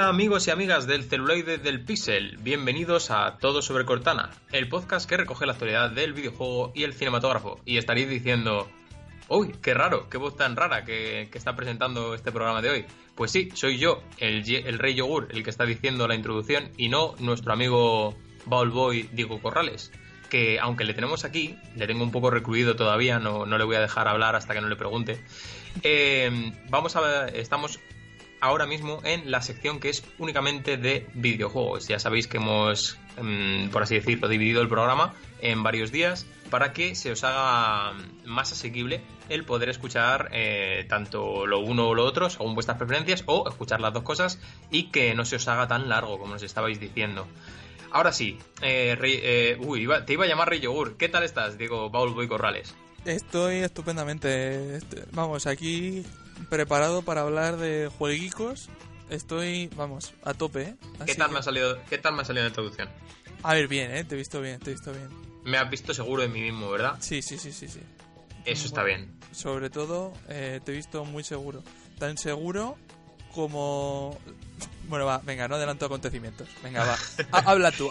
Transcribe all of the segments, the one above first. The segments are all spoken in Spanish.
Hola amigos y amigas del celuloide del píxel, bienvenidos a Todo sobre Cortana, el podcast que recoge la actualidad del videojuego y el cinematógrafo. Y estaréis diciendo, uy, qué raro, qué voz tan rara que está presentando este programa de hoy. Pues sí, soy yo, el Rey Yogur, el que está diciendo la introducción, y no nuestro amigo Bowlboy Diego Corrales, que aunque le tenemos aquí, le tengo un poco recluido todavía, no le voy a dejar hablar hasta que no le pregunte. Estamos ahora mismo en la sección que es únicamente de videojuegos. Ya sabéis que hemos, por así decirlo, dividido el programa en varios días para que se os haga más asequible el poder escuchar tanto lo uno o lo otro según vuestras preferencias, o escuchar las dos cosas y que no se os haga tan largo como nos estabais diciendo. Ahora sí, te iba a llamar Rey Yogur. ¿Qué tal estás, Diego Bowlboy Corrales? Estoy estupendamente. Vamos, aquí preparado para hablar de jueguicos. Estoy, vamos, a tope, ¿eh? ¿Qué tal me ha salido la introducción? A ver, bien, ¿eh? Te he visto bien. Me has visto seguro de mí mismo, ¿verdad? Sí. Eso está bien. Sobre todo, te he visto muy seguro. Tan seguro como... Bueno, va, venga, no adelanto acontecimientos. Venga, va. Habla tú.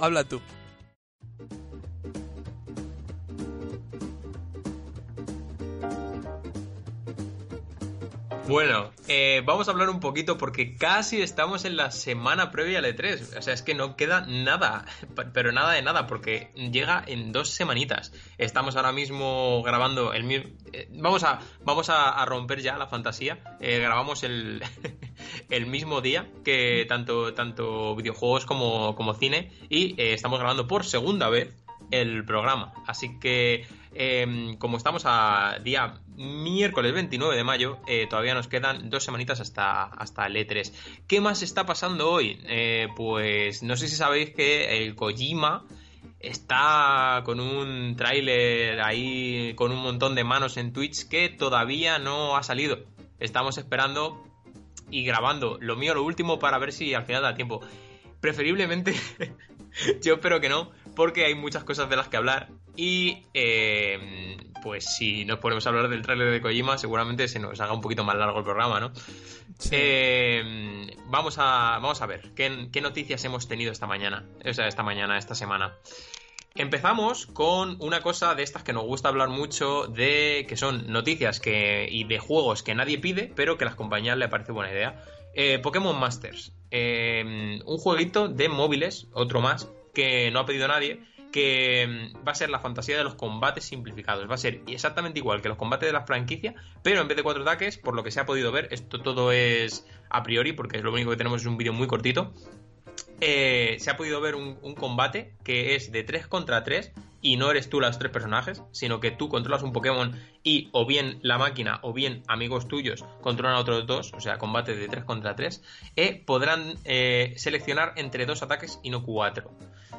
Bueno, vamos a hablar un poquito porque casi estamos en la semana previa al E3. O sea, es que no queda nada, pero nada de nada, porque llega en 2 semanitas. Estamos ahora mismo grabando el mismo... Vamos a romper ya la fantasía. Grabamos el mismo día que tanto videojuegos como cine, y estamos grabando por segunda vez el programa. Así que como estamos a día miércoles 29 de mayo, todavía nos quedan 2 semanitas hasta el E3. ¿Qué más está pasando hoy? Pues no sé si sabéis que el Kojima está con un tráiler ahí con un montón de manos en Twitch que todavía no ha salido. Estamos esperando y grabando lo último para ver si al final da tiempo. Preferiblemente yo espero que no, porque hay muchas cosas de las que hablar. Y pues si nos ponemos a hablar del tráiler de Kojima, seguramente se nos haga un poquito más largo el programa, ¿no? Sí. Vamos a ver qué noticias hemos tenido esta semana. Empezamos con una cosa de estas que nos gusta hablar mucho, que son noticias y de juegos que nadie pide, pero que a las compañías le parece buena idea. Pokémon Masters, un jueguito de móviles, otro más, que no ha pedido nadie, que va a ser la fantasía de los combates simplificados. Va a ser exactamente igual que los combates de la franquicia, pero en vez de 4 ataques, por lo que se ha podido ver, esto todo es a priori, porque lo único que tenemos es un vídeo muy cortito. Se ha podido ver un combate que es de 3 contra 3, y no eres tú los 3 personajes, sino que tú controlas un Pokémon y o bien la máquina o bien amigos tuyos controlan a otros 2, o sea, combate de 3 contra 3, podrán seleccionar entre 2 ataques y no 4.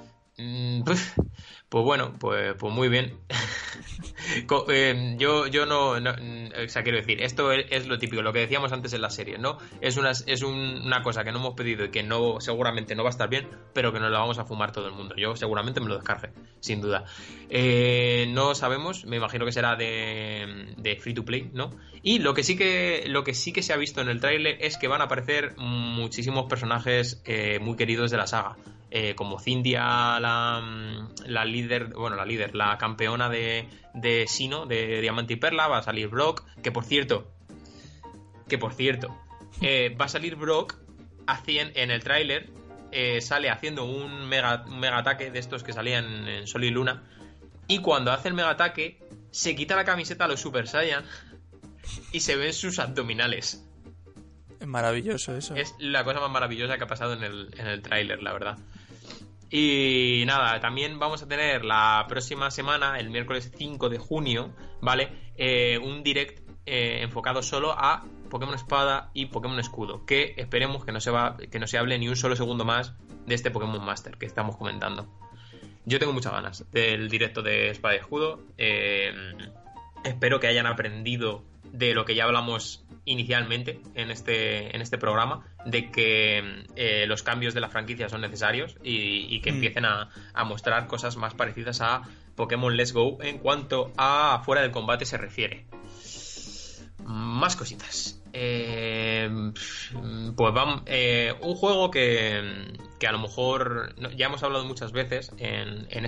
Pues bueno, pues muy bien. Yo no, o sea, quiero decir, esto es lo típico, lo que decíamos antes en la serie, ¿no? Es una cosa que no hemos pedido y que seguramente no va a estar bien, pero que nos la vamos a fumar todo el mundo. Yo seguramente me lo descargue, sin duda. No sabemos, me imagino que será de free to play, ¿no? Y lo que sí que se ha visto en el tráiler es que van a aparecer muchísimos personajes muy queridos de la saga. Como Cynthia, la campeona de Sino, de Diamante y Perla. Va a salir Brock, que por cierto va a salir Brock en el tráiler, sale haciendo un mega ataque de estos que salían en Sol y Luna, y cuando hace el mega ataque se quita la camiseta a los Super Saiyan y se ven sus abdominales. Es maravilloso eso. Es la cosa más maravillosa que ha pasado en el tráiler, la verdad. Y nada, también vamos a tener la próxima semana, el miércoles 5 de junio, ¿vale? Un direct enfocado solo a Pokémon Espada y Pokémon Escudo, que esperemos que no se hable ni un solo segundo más de este Pokémon Master que estamos comentando. Yo tengo muchas ganas del directo de Espada y Escudo. Espero que hayan aprendido de lo que ya hablamos inicialmente en este programa, de que los cambios de la franquicia son necesarios y que empiecen a mostrar cosas más parecidas a Pokémon Let's Go en cuanto a fuera del combate se refiere. más cositas. Pues vamos, un juego que a lo mejor ya hemos hablado muchas veces en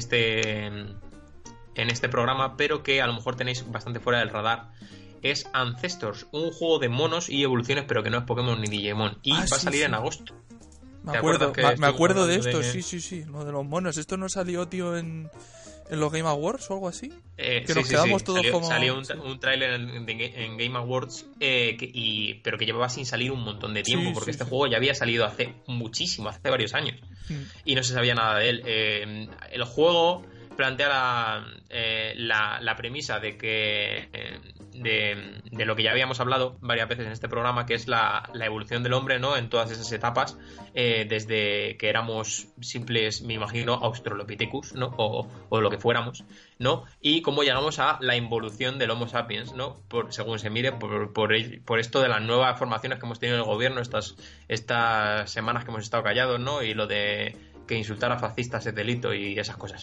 este programa, pero que a lo mejor tenéis bastante fuera del radar. Es Ancestors, un juego de monos y evoluciones, pero que no es Pokémon ni Digimon. Y va a salir en agosto. Me acuerdo de esto, sí, lo de los monos. ¿Esto no salió, tío, en los Game Awards o algo así? Que nos quedamos todos como... Salió un tráiler en Game Awards, pero que llevaba sin salir un montón de tiempo, porque este juego ya había salido hace varios años, y no se sabía nada de él. El juego plantea la premisa de que de lo que ya habíamos hablado varias veces en este programa, que es la evolución del hombre, ¿no? En todas esas etapas, desde que éramos simples, me imagino, Australopithecus, ¿no? O lo que fuéramos, ¿no? Y cómo llegamos a la involución del Homo sapiens, ¿no? Según se mire, por esto de las nuevas formaciones que hemos tenido en el gobierno estas semanas que hemos estado callados, ¿no? Y lo de que insultar a fascistas es delito y esas cosas.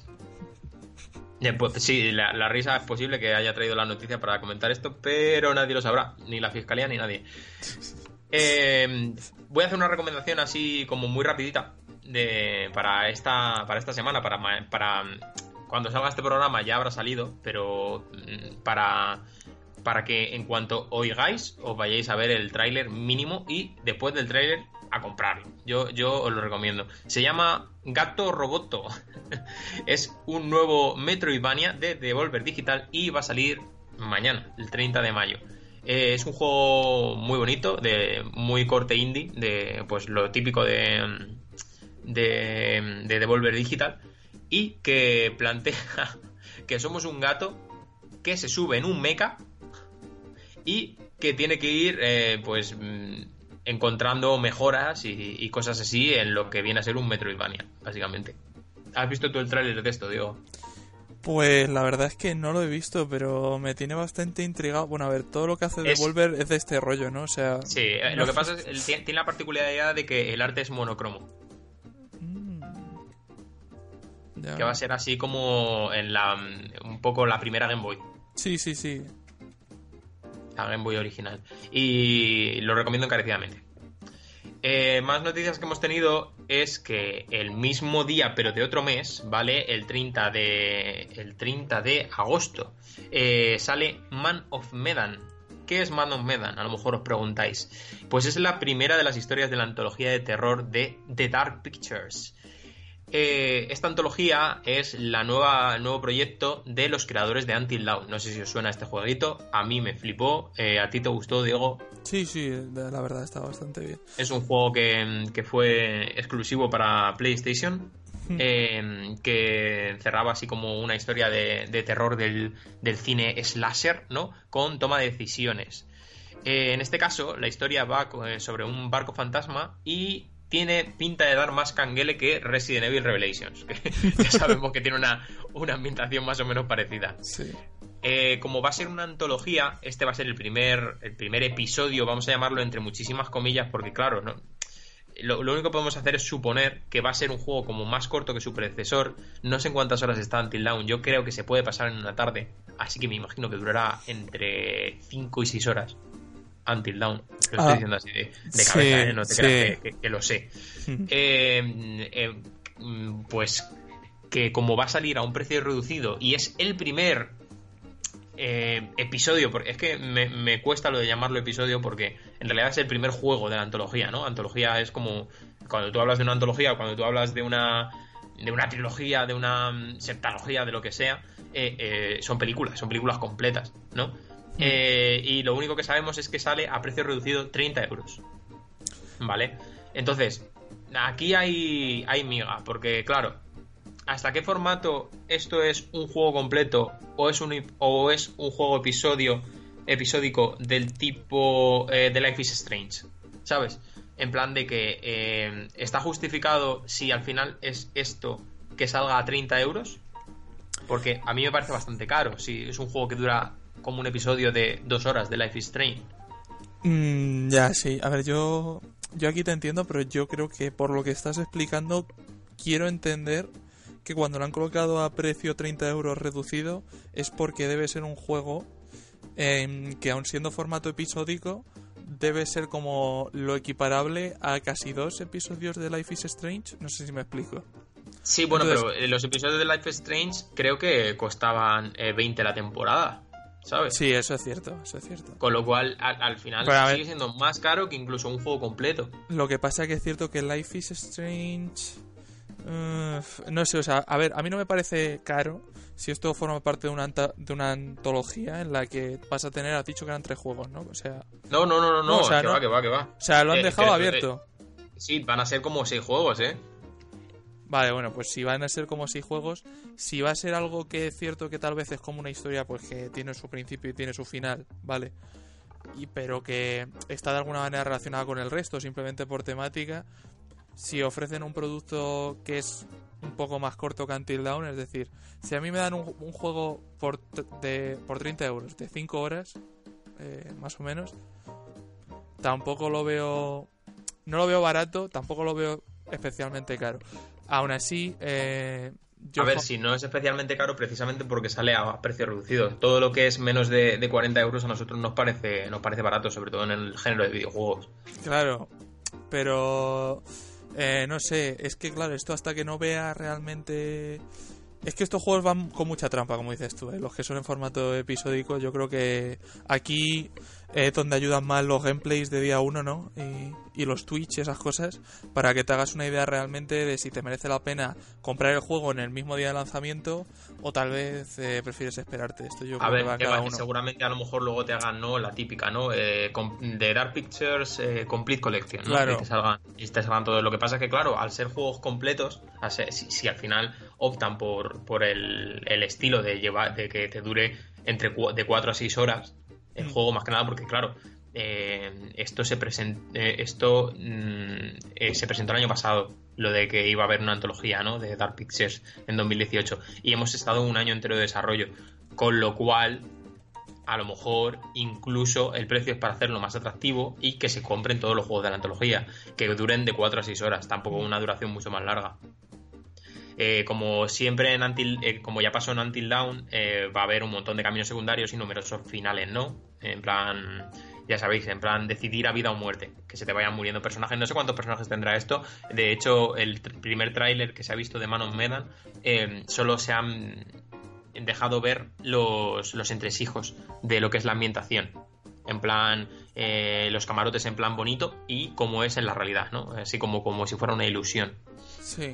Pues, sí, la risa es posible que haya traído la noticia para comentar esto, pero nadie lo sabrá, ni la fiscalía ni nadie. Voy a hacer una recomendación así como muy rapidita para esta semana, para cuando salga este programa ya habrá salido, pero para que en cuanto oigáis os vayáis a ver el tráiler mínimo y después del tráiler a comprarlo. Yo os lo recomiendo. Se llama Gato Roboto. Es un nuevo Metroidvania de Devolver Digital y va a salir mañana, el 30 de mayo. Es un juego muy bonito, de muy corte indie, de pues lo típico de Devolver Digital, y que plantea que somos un gato que se sube en un mecha y que tiene que ir encontrando mejoras y cosas así en lo que viene a ser un Metroidvania, básicamente. ¿Has visto tú el tráiler de esto, Diego? Pues la verdad es que no lo he visto, pero me tiene bastante intrigado. Bueno, a ver, todo lo que hace Devolver es de este rollo, ¿no? O sea... Sí, lo que pasa es que tiene la particularidad de que el arte es monocromo. Ya. Que va a ser así como un poco la primera Game Boy. Sí. La Game Boy original. Y lo recomiendo encarecidamente. Más noticias que hemos tenido es que el mismo día, pero de otro mes, ¿vale? El 30 de agosto, sale Man of Medan. ¿Qué es Man of Medan? A lo mejor os preguntáis. Pues es la primera de las historias de la antología de terror de The Dark Pictures. Esta antología es el nuevo proyecto de los creadores de Until Dawn. No sé si os suena este jueguito. A mí me flipó. ¿A ti te gustó, Diego? Sí, la verdad está bastante bien. Es un juego que fue exclusivo para PlayStation, que encerraba así como una historia de terror del cine slasher, ¿no? Con toma de decisiones. En este caso, la historia va sobre un barco fantasma y tiene pinta de dar más canguele que Resident Evil Revelations, que ya sabemos que tiene una ambientación más o menos parecida. Sí. Como va a ser una antología, este va a ser el primer episodio, vamos a llamarlo entre muchísimas comillas, porque claro, ¿no? Lo único que podemos hacer es suponer que va a ser un juego como más corto que su predecesor. No sé en cuántas horas está Until Dawn, yo creo que se puede pasar en una tarde, así que me imagino que durará entre 5 y 6 horas. Until Dawn, lo estoy diciendo así de cabeza, no te creas que lo sé. Pues que como va a salir a un precio reducido y es el primer episodio, porque es que me cuesta lo de llamarlo episodio, porque en realidad es el primer juego de la antología, ¿no? Antología es como cuando tú hablas de una antología, cuando tú hablas de una trilogía, de una septalogía, de lo que sea, son películas completas, ¿no? Y lo único que sabemos es que sale a precio reducido 30 euros, ¿vale? Entonces, aquí hay miga, porque claro, ¿hasta qué formato esto es un juego completo o es un juego episódico del tipo de Life is Strange? ¿Sabes? En plan de que ¿está justificado si al final es esto que salga a 30 euros? Porque a mí me parece bastante caro si es un juego que dura como un episodio de 2 horas de Life is Strange. Ya, sí. A ver, yo aquí te entiendo, pero yo creo que por lo que estás explicando, quiero entender que cuando lo han colocado a precio 30 euros reducido es porque debe ser un juego que aun siendo formato episódico, debe ser como lo equiparable a casi 2 episodios de Life is Strange. No sé si me explico. Sí, bueno, Entonces, pero los episodios de Life is Strange creo que costaban 20 la temporada, ¿sabes? sí, eso es cierto, eso es cierto. Con lo cual, al final, Pero a ver, sigue siendo más caro que incluso un juego completo. lo que pasa que es cierto que Life is Strange... no sé, o sea, a ver, a mí no me parece caro si esto forma parte de una antología en la que vas a tener, has dicho que eran 3 juegos, ¿no? O sea... No, o sea, que no, va, que va. O sea, lo han dejado que- abierto. Sí, van a ser como 6 juegos, ¿eh? Vale, bueno, pues si van a ser como 6 juegos, si va a ser algo que es cierto que tal vez es como una historia pues que tiene su principio y tiene su final, ¿vale? Pero que está de alguna manera relacionada con el resto, simplemente por temática. Si ofrecen un producto que es un poco más corto que Until Dawn, es decir, si a mí me dan un juego por 30 euros de 5 horas, más o menos, tampoco lo veo... No lo veo barato, tampoco lo veo especialmente caro. Aún así, A ver, si no es especialmente caro precisamente porque sale a precio reducido. Todo lo que es menos de 40 euros a nosotros nos parece barato, sobre todo en el género de videojuegos. Claro, pero no sé, es que claro, esto hasta que no vea realmente... Es que estos juegos van con mucha trampa, como dices tú, los que son en formato episódico. Yo creo que aquí es donde ayudan más los gameplays de día 1, ¿no? Y los Twitch y esas cosas, para que te hagas una idea realmente de si te merece la pena comprar el juego en el mismo día de lanzamiento o tal vez prefieres esperarte. Esto yo creo que va a cada uno. Seguramente a lo mejor luego te hagan, ¿no?, la típica, ¿no? De Dark Pictures Complete Collection, ¿no? Claro. Y te salgan todo. Lo que pasa es que, claro, al ser juegos completos, si al final optan por el estilo de que te dure de 4 a 6 horas el juego, más que nada porque, claro, esto se presentó el año pasado, lo de que iba a haber una antología, ¿no?, de Dark Pictures en 2018, y hemos estado un año entero de desarrollo, con lo cual a lo mejor incluso el precio es para hacerlo más atractivo y que se compren todos los juegos de la antología, que duren de 4 a 6 horas, tampoco una duración mucho más larga. Como siempre como ya pasó en Until Dawn, va a haber un montón de caminos secundarios y numerosos finales, ¿no? En plan, ya sabéis, en plan decidir a vida o muerte, que se te vayan muriendo personajes. No sé cuántos personajes tendrá esto. De hecho, el primer tráiler que se ha visto de Man of Medan, solo se han dejado ver los entresijos de lo que es la ambientación. En plan, los camarotes en plan bonito y como es en la realidad, ¿no? Así como si fuera una ilusión. Sí.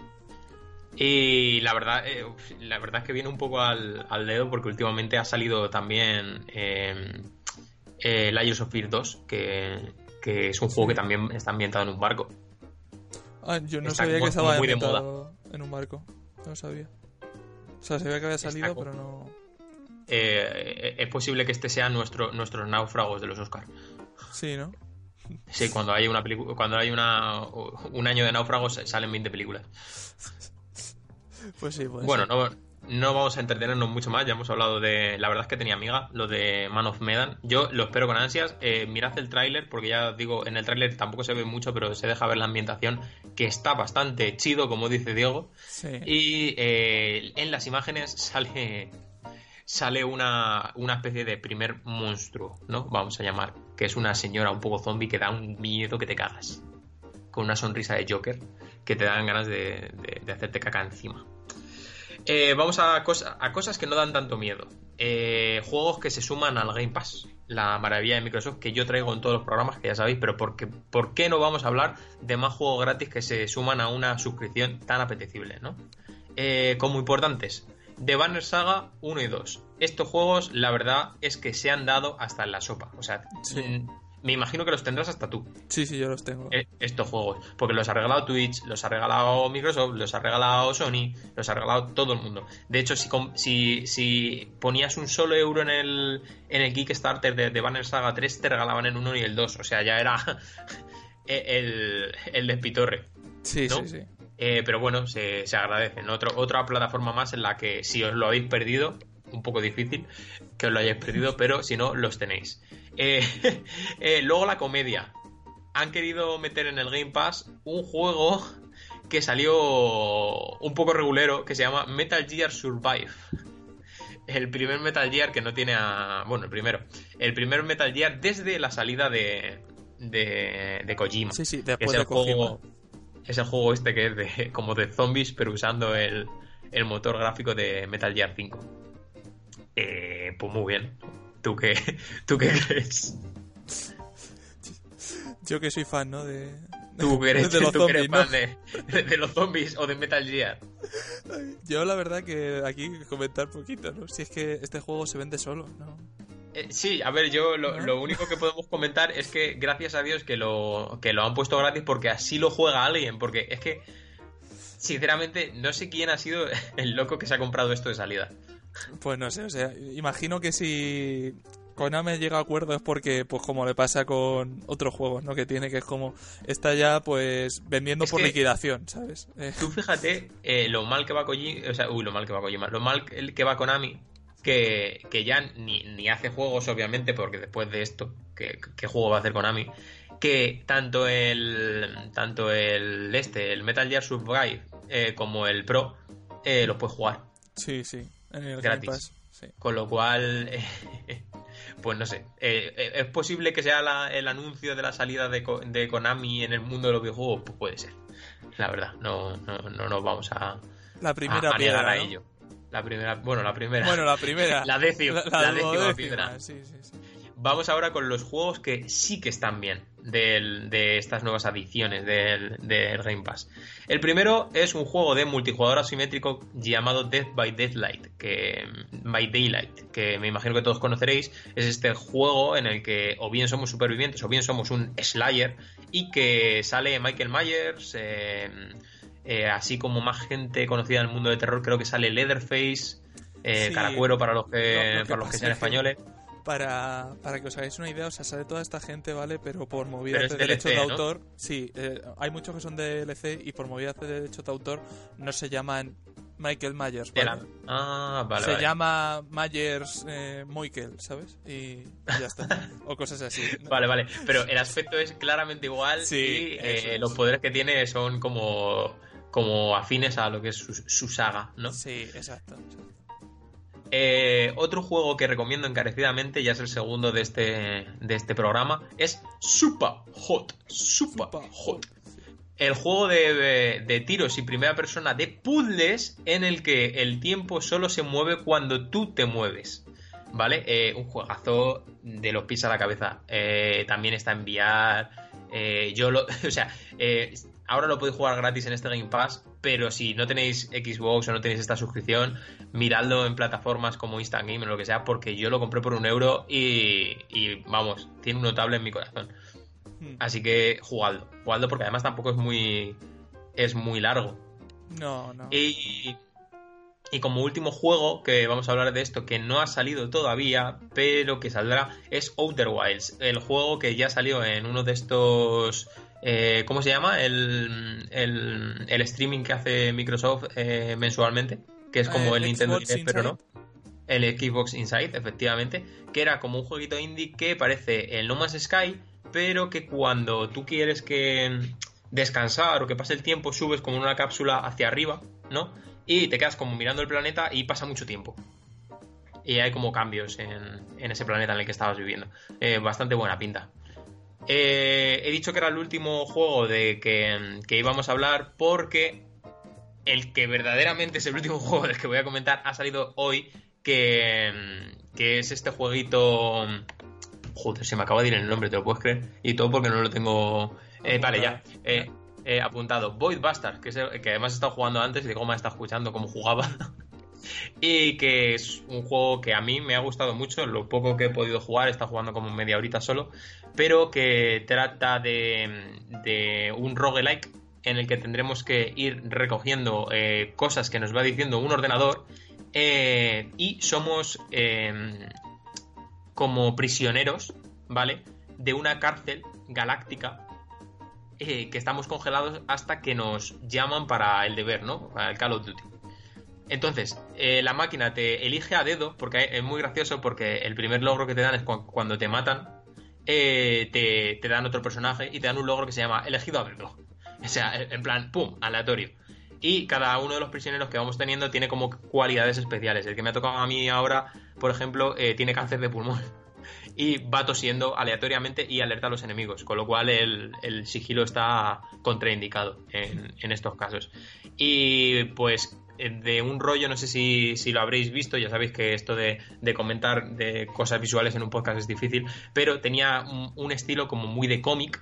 Y la verdad es que viene un poco al dedo porque últimamente ha salido también Layers of Fear 2, que es un juego que también está ambientado en un barco. Ah, yo no Está sabía que estaba muy de ambientado en un barco. No lo sabía. O sea, sabía que había salido, pero no... Es posible que este sea nuestros náufragos de los Oscars. Sí, ¿no? Sí, cuando hay una película, cuando hay un año de náufragos salen 20 películas. Pues sí, pues bueno, no vamos a entretenernos mucho más. Ya hemos hablado de... La verdad es que tenía amiga lo de Man of Medan. Yo lo espero con ansias. Mirad el tráiler, porque ya digo, en el tráiler tampoco se ve mucho, pero se deja ver la ambientación, que está bastante chido, como dice Diego. Sí. Y en las imágenes sale una especie de primer monstruo, ¿no? Vamos a llamar, que es una señora un poco zombie que da un miedo que te cagas, con una sonrisa de Joker que te dan ganas de hacerte caca encima. Vamos a cosas que no dan tanto miedo. Juegos que se suman al Game Pass, la maravilla de Microsoft que yo traigo en todos los programas, que ya sabéis, pero ¿por qué no vamos a hablar de más juegos gratis que se suman a una suscripción tan apetecible, ¿no? Como importantes, The Banner Saga 1 y 2. Estos juegos, la verdad, es que se han dado hasta en la sopa. O sea, sí. Me imagino que los tendrás hasta tú. Sí, yo los tengo. Estos juegos. Porque los ha regalado Twitch, los ha regalado Microsoft, los ha regalado Sony, los ha regalado todo el mundo. De hecho, si ponías un solo euro en el Kickstarter de Banner Saga 3, te regalaban el 1 y el 2. O sea, ya era el despitorre. Sí, ¿no? sí. Pero bueno, se agradecen. Otra plataforma más en la que, si os lo habéis perdido, un poco difícil que os lo hayáis perdido, pero si no, los tenéis. Luego la comedia. Han querido meter en el Game Pass un juego que salió un poco regulero, que se llama Metal Gear Survive. el primer Metal Gear que no tiene a... Bueno, el primer Metal Gear desde la salida de Kojima. Sí, Que después es el de Kojima. juego, es el juego este que es como de zombies, pero usando el motor gráfico de Metal Gear 5. Pues muy bien. ¿Tú qué crees? Yo que soy fan, ¿no? ¿Tú que eres, de los tú que eres zombies, fan de los zombies o de Metal Gear? Yo la verdad que aquí comentar poquito, ¿no? Si es que este juego se vende solo, ¿no? Sí, a ver, yo ¿No? lo único que podemos comentar es que gracias a Dios que lo han puesto gratis porque así lo juega alguien, porque es que sinceramente no sé quién ha sido el loco que se ha comprado esto de salida. Pues no sé, o sea, imagino que si Konami llega a acuerdos es porque, pues como le pasa con otros juegos, ¿no? Que tiene, que es como, está ya pues vendiendo Es por que liquidación, ¿sabes? Tú fíjate lo mal que va Kojima, o sea, lo mal que va Kojima, lo mal que va Konami, que ya ni hace juegos, obviamente, porque después de esto, ¿qué juego va a hacer Konami? Que tanto el Metal Gear Survive como el Pro los puedes jugar Sí, en el gratis. Game Pass, sí. Con lo cual, pues no sé, ¿es posible que sea el anuncio de la salida de Konami en el mundo de los videojuegos? Pues puede ser, la verdad, no nos vamos a La negar piedra, a ¿no? ello. La primera. La primera. La décima duodécima, piedra. sí. Vamos ahora con los juegos que sí que están bien de estas nuevas adiciones del Game Pass. El primero es un juego de multijugador asimétrico llamado Dead by Daylight, que me imagino que todos conoceréis. Es este juego en el que o bien somos supervivientes o bien somos un Slayer, y que sale Michael Myers, así como más gente conocida en el mundo de terror. Creo que sale Leatherface, Caracuero para los que sean españoles. Para que os hagáis una idea, o sea, sale toda esta gente, ¿vale? Pero por movidas Pero es de derechos DLC, de ¿no? autor, sí, hay muchos que son de DLC y por movidas de derechos de autor no se llaman Michael Myers, ¿vale? Vale. Se llama Myers Moikel, ¿sabes? Y ya está. O cosas así, ¿no? Vale. Pero el aspecto es claramente igual, Sí, y los poderes que tiene son como afines a lo que es su saga, ¿no? Sí, exacto. Otro juego que recomiendo encarecidamente, ya es el segundo de este programa, es Super Hot. El juego de tiros y primera persona de puzzles en el que el tiempo solo se mueve cuando tú te mueves, ¿vale? Un juegazo de los pies a la cabeza. También está en VR. Ahora lo podéis jugar gratis en este Game Pass, pero si no tenéis Xbox o no tenéis esta suscripción, miradlo en plataformas como Instant Game o lo que sea, porque yo lo compré por €1 y vamos, tiene un notable en mi corazón. Así que jugadlo porque además tampoco es muy largo. No. Y como último juego que vamos a hablar de esto, que no ha salido todavía, pero que saldrá, es Outer Wilds, el juego que ya salió en uno de estos... ¿cómo se llama? El streaming que hace Microsoft mensualmente, que es como el Nintendo Direct, pero no. El Xbox Inside, efectivamente, que era como un jueguito indie que parece el No Man's Sky, pero que cuando tú quieres que descansar o que pase el tiempo, subes como en una cápsula hacia arriba, ¿no? Y te quedas como mirando el planeta y pasa mucho tiempo. Y hay como cambios en ese planeta en el que estabas viviendo. Bastante buena pinta. He dicho que era el último juego de que íbamos a hablar porque el que verdaderamente es el último juego del que voy a comentar ha salido hoy, que es este jueguito... Joder, se me acaba de ir el nombre, ¿te lo puedes creer? Y todo porque no lo tengo... vale, ya. Apuntado. Void Bastard, que además he estado jugando antes y de cómo me está escuchando cómo jugaba. Y que es un juego que a mí me ha gustado mucho. Lo poco que he podido jugar, he estado jugando como media horita solo, pero que trata de un roguelike en el que tendremos que ir recogiendo cosas que nos va diciendo un ordenador, y somos como prisioneros, ¿vale? De una cárcel galáctica, que estamos congelados hasta que nos llaman para el deber, ¿no? Para el Call of Duty. Entonces, la máquina te elige a dedo, porque es muy gracioso, porque el primer logro que te dan es cuando te matan, te dan otro personaje y te dan un logro que se llama elegido a dedo. O sea, en plan, pum, aleatorio. Y cada uno de los prisioneros que vamos teniendo tiene como cualidades especiales. El que me ha tocado a mí ahora, por ejemplo, tiene cáncer de pulmón y va tosiendo aleatoriamente y alerta a los enemigos, con lo cual el sigilo está contraindicado en estos casos. Y pues de un rollo, no sé si lo habréis visto, ya sabéis que esto de comentar de cosas visuales en un podcast es difícil, pero tenía un estilo como muy de cómic,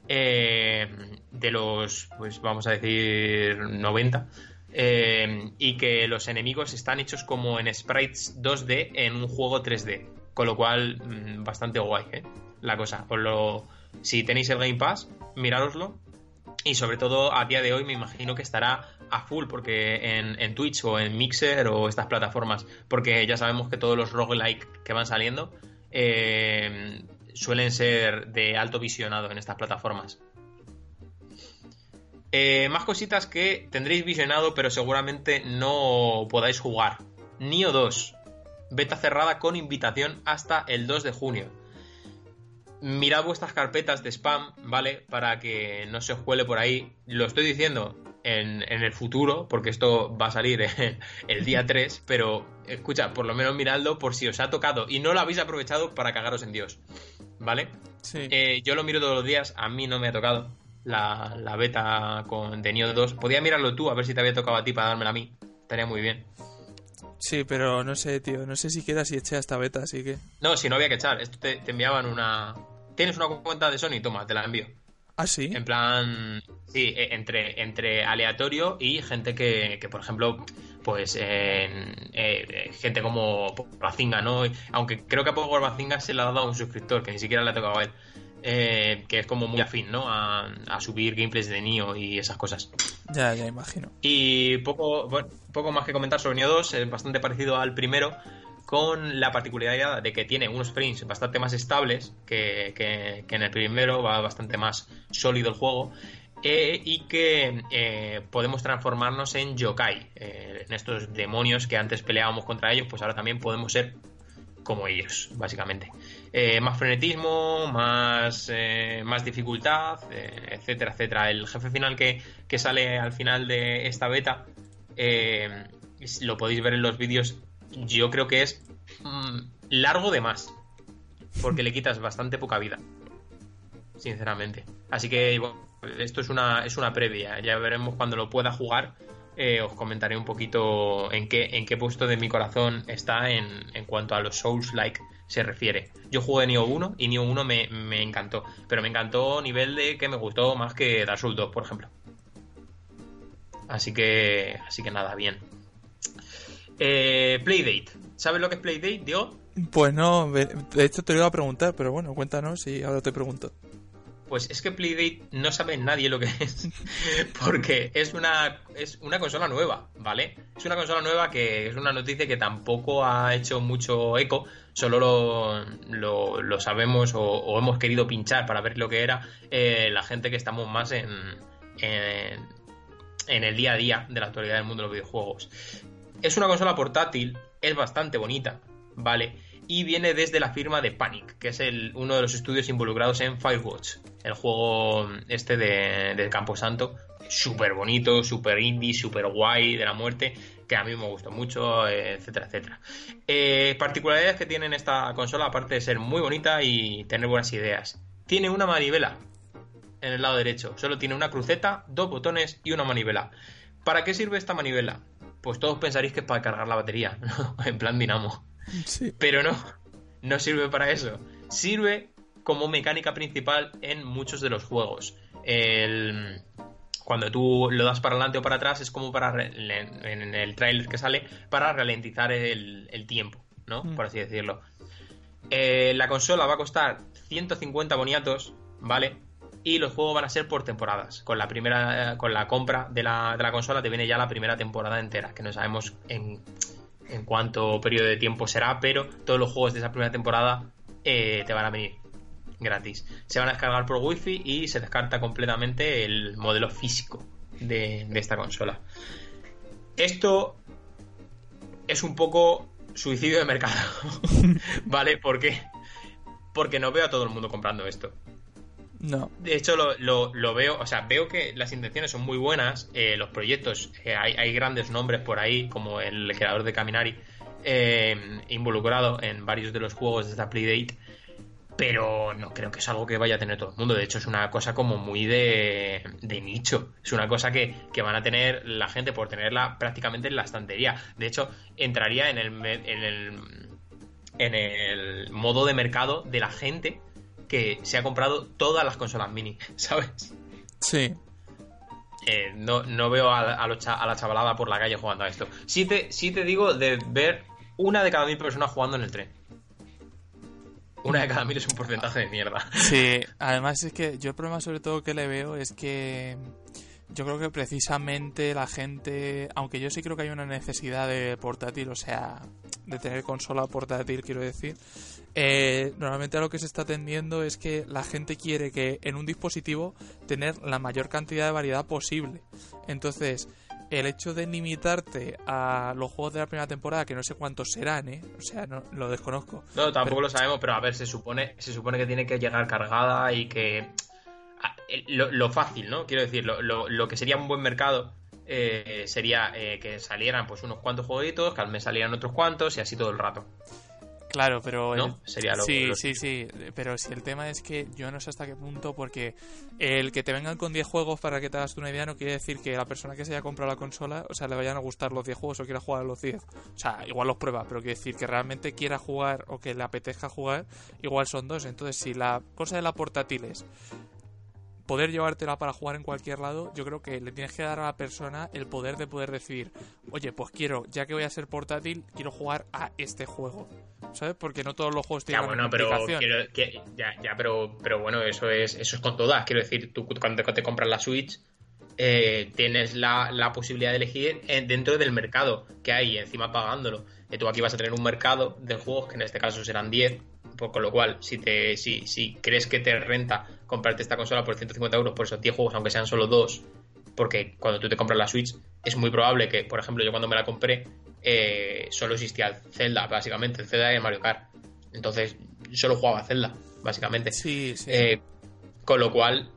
de los, pues vamos a decir, 90, y que los enemigos están hechos como en sprites 2D en un juego 3D, con lo cual bastante guay, la cosa. Si tenéis el Game Pass, mirároslo. Y sobre todo a día de hoy me imagino que estará a full, porque en Twitch o en Mixer o estas plataformas, porque ya sabemos que todos los roguelike que van saliendo suelen ser de alto visionado en estas plataformas. Más cositas que tendréis visionado pero seguramente no podáis jugar. Nioh 2, beta cerrada con invitación hasta el 2 de junio. Mirad vuestras carpetas de spam, ¿vale? Para que no se os cuele por ahí. Lo estoy diciendo en el futuro, porque esto va a salir el día 3, pero escucha, por lo menos miradlo por si os ha tocado y no lo habéis aprovechado para cagaros en Dios, ¿vale? Sí. Yo lo miro todos los días, a mí no me ha tocado la beta de Nioh 2. Podía mirarlo tú, a ver si te había tocado a ti para dármela a mí. Estaría muy bien. Sí, pero no sé, tío. No sé siquiera si eché esta beta, así que... No, si no había que echar. Esto te enviaban una... ¿Tienes una cuenta de Sony? Toma, te la envío. ¿Ah, sí? En plan... Sí, entre aleatorio y gente que por ejemplo, pues... gente como Bazinga, ¿no? Aunque creo que a Power Bazinga se le ha dado a un suscriptor, que ni siquiera le ha tocado a él. Que es como muy afín, ¿no? A subir gameplays de Nioh y esas cosas. Ya imagino. Y poco más que comentar sobre Nioh 2, es bastante parecido al primero, con la particularidad de que tiene unos frames bastante más estables que en el primero, va bastante más sólido el juego, y que podemos transformarnos en yokai, en estos demonios que antes peleábamos contra ellos, pues ahora también podemos ser como ellos, básicamente. Más frenetismo, más dificultad, etcétera, etcétera. El jefe final que sale al final de esta beta, lo podéis ver en los vídeos. Yo creo que es largo de más, porque le quitas bastante poca vida, sinceramente. Así que bueno, esto es una previa. Ya veremos cuando lo pueda jugar. Os comentaré un poquito en qué puesto de mi corazón está en cuanto a los Souls-like se refiere. Yo jugué Nioh 1 y Nioh 1 me encantó, pero me encantó a nivel de que me gustó más que Dark Souls 2, por ejemplo. Así que nada, bien. Playdate. ¿Sabes lo que es Playdate, Diego? Pues no, de hecho te lo iba a preguntar, pero bueno, cuéntanos y ahora te pregunto. Pues es que Playdate no sabe nadie lo que es, porque es una consola nueva, ¿vale? Es una consola nueva que es una noticia que tampoco ha hecho mucho eco, solo lo sabemos o hemos querido pinchar para ver lo que era la gente que estamos más en el día a día de la actualidad del mundo de los videojuegos. Es una consola portátil, es bastante bonita, ¿vale? Y viene desde la firma de Panic, que es uno de los estudios involucrados en Firewatch, el juego este del Camposanto, súper bonito, súper indie, súper guay, de la muerte, que a mí me gustó mucho, etcétera, etcétera. Particularidades que tiene esta consola, aparte de ser muy bonita y tener buenas ideas. Tiene una manivela en el lado derecho, solo tiene una cruceta, 2 botones y una manivela. ¿Para qué sirve esta manivela? Pues todos pensaréis que es para cargar la batería, ¿no? En plan dinamo. Sí. Pero no sirve para eso. Sirve como mecánica principal en muchos de los juegos. Cuando tú lo das para adelante o para atrás es como en el tráiler que sale, para ralentizar el tiempo, ¿no? Por así decirlo. La consola va a costar 150 boniatos, ¿vale? Y los juegos van a ser por temporadas. Con la compra de la consola te viene ya la primera temporada entera, que no sabemos en cuánto periodo de tiempo será, pero todos los juegos de esa primera temporada te van a venir gratis. Se van a descargar por wifi y se descarta completamente el modelo físico de esta consola. Esto es un poco suicidio de mercado, ¿vale? ¿Por qué? Porque no veo a todo el mundo comprando esto. No. De hecho, lo veo, o sea, veo que las intenciones son muy buenas, los proyectos, hay grandes nombres por ahí, como el creador de Kaminari, involucrado en varios de los juegos de esta Playdate, pero no creo que es algo que vaya a tener todo el mundo. De hecho, es una cosa como muy de nicho. Es una cosa que van a tener la gente por tenerla prácticamente en la estantería. De hecho, entraría en el modo de mercado de la gente que se ha comprado todas las consolas mini, ¿sabes? Sí. No veo a la chavalada por la calle jugando a esto. Sí te digo de ver una de cada 1000 personas jugando en el tren. Una de cada 1000 es un porcentaje de mierda. Sí, además es que yo el problema sobre todo que le veo es que yo creo que precisamente la gente, aunque yo sí creo que hay una necesidad de portátil, o sea, de tener consola portátil, quiero decir, normalmente a lo que se está tendiendo es que la gente quiere que en un dispositivo tener la mayor cantidad de variedad posible. Entonces, el hecho de limitarte a los juegos de la primera temporada, que no sé cuántos serán, o sea, no lo desconozco. No, tampoco lo sabemos, pero a ver, se supone que tiene que llegar cargada y que lo fácil, ¿no? Quiero decir, lo que sería un buen mercado sería que salieran pues unos cuantos jueguitos, que al mes salieran otros cuantos y así todo el rato. Claro, pero ¿no? Sería sí, pero si el tema es que yo no sé hasta qué punto, porque el que te vengan con 10 juegos para que te hagas una idea no quiere decir que la persona que se haya comprado la consola, o sea, le vayan a gustar los 10 juegos o quiera jugar a los 10. O sea, igual los prueba, pero quiere decir que realmente quiera jugar o que le apetezca jugar, igual son dos. Entonces, si la cosa de la portátil es poder llevártela para jugar en cualquier lado, yo creo que le tienes que dar a la persona el poder de poder decidir, oye, pues quiero, ya que voy a ser portátil, quiero jugar a este juego, ¿sabes? Porque no todos los juegos tienen una aplicación. Pero bueno, eso es con todas. Quiero decir, tú cuando te compras la Switch tienes la posibilidad de elegir dentro del mercado que hay, encima pagándolo. Tú aquí vas a tener un mercado de juegos que en este caso serán 10, pues con lo cual si crees que te renta comprarte esta consola por 150 euros por esos 10 juegos, aunque sean solo 2, porque cuando tú te compras la Switch es muy probable que, por ejemplo, yo cuando me la compré solo existía el Zelda, básicamente, el Zelda y el Mario Kart. Entonces solo jugaba a Zelda, básicamente. Sí. Con lo cual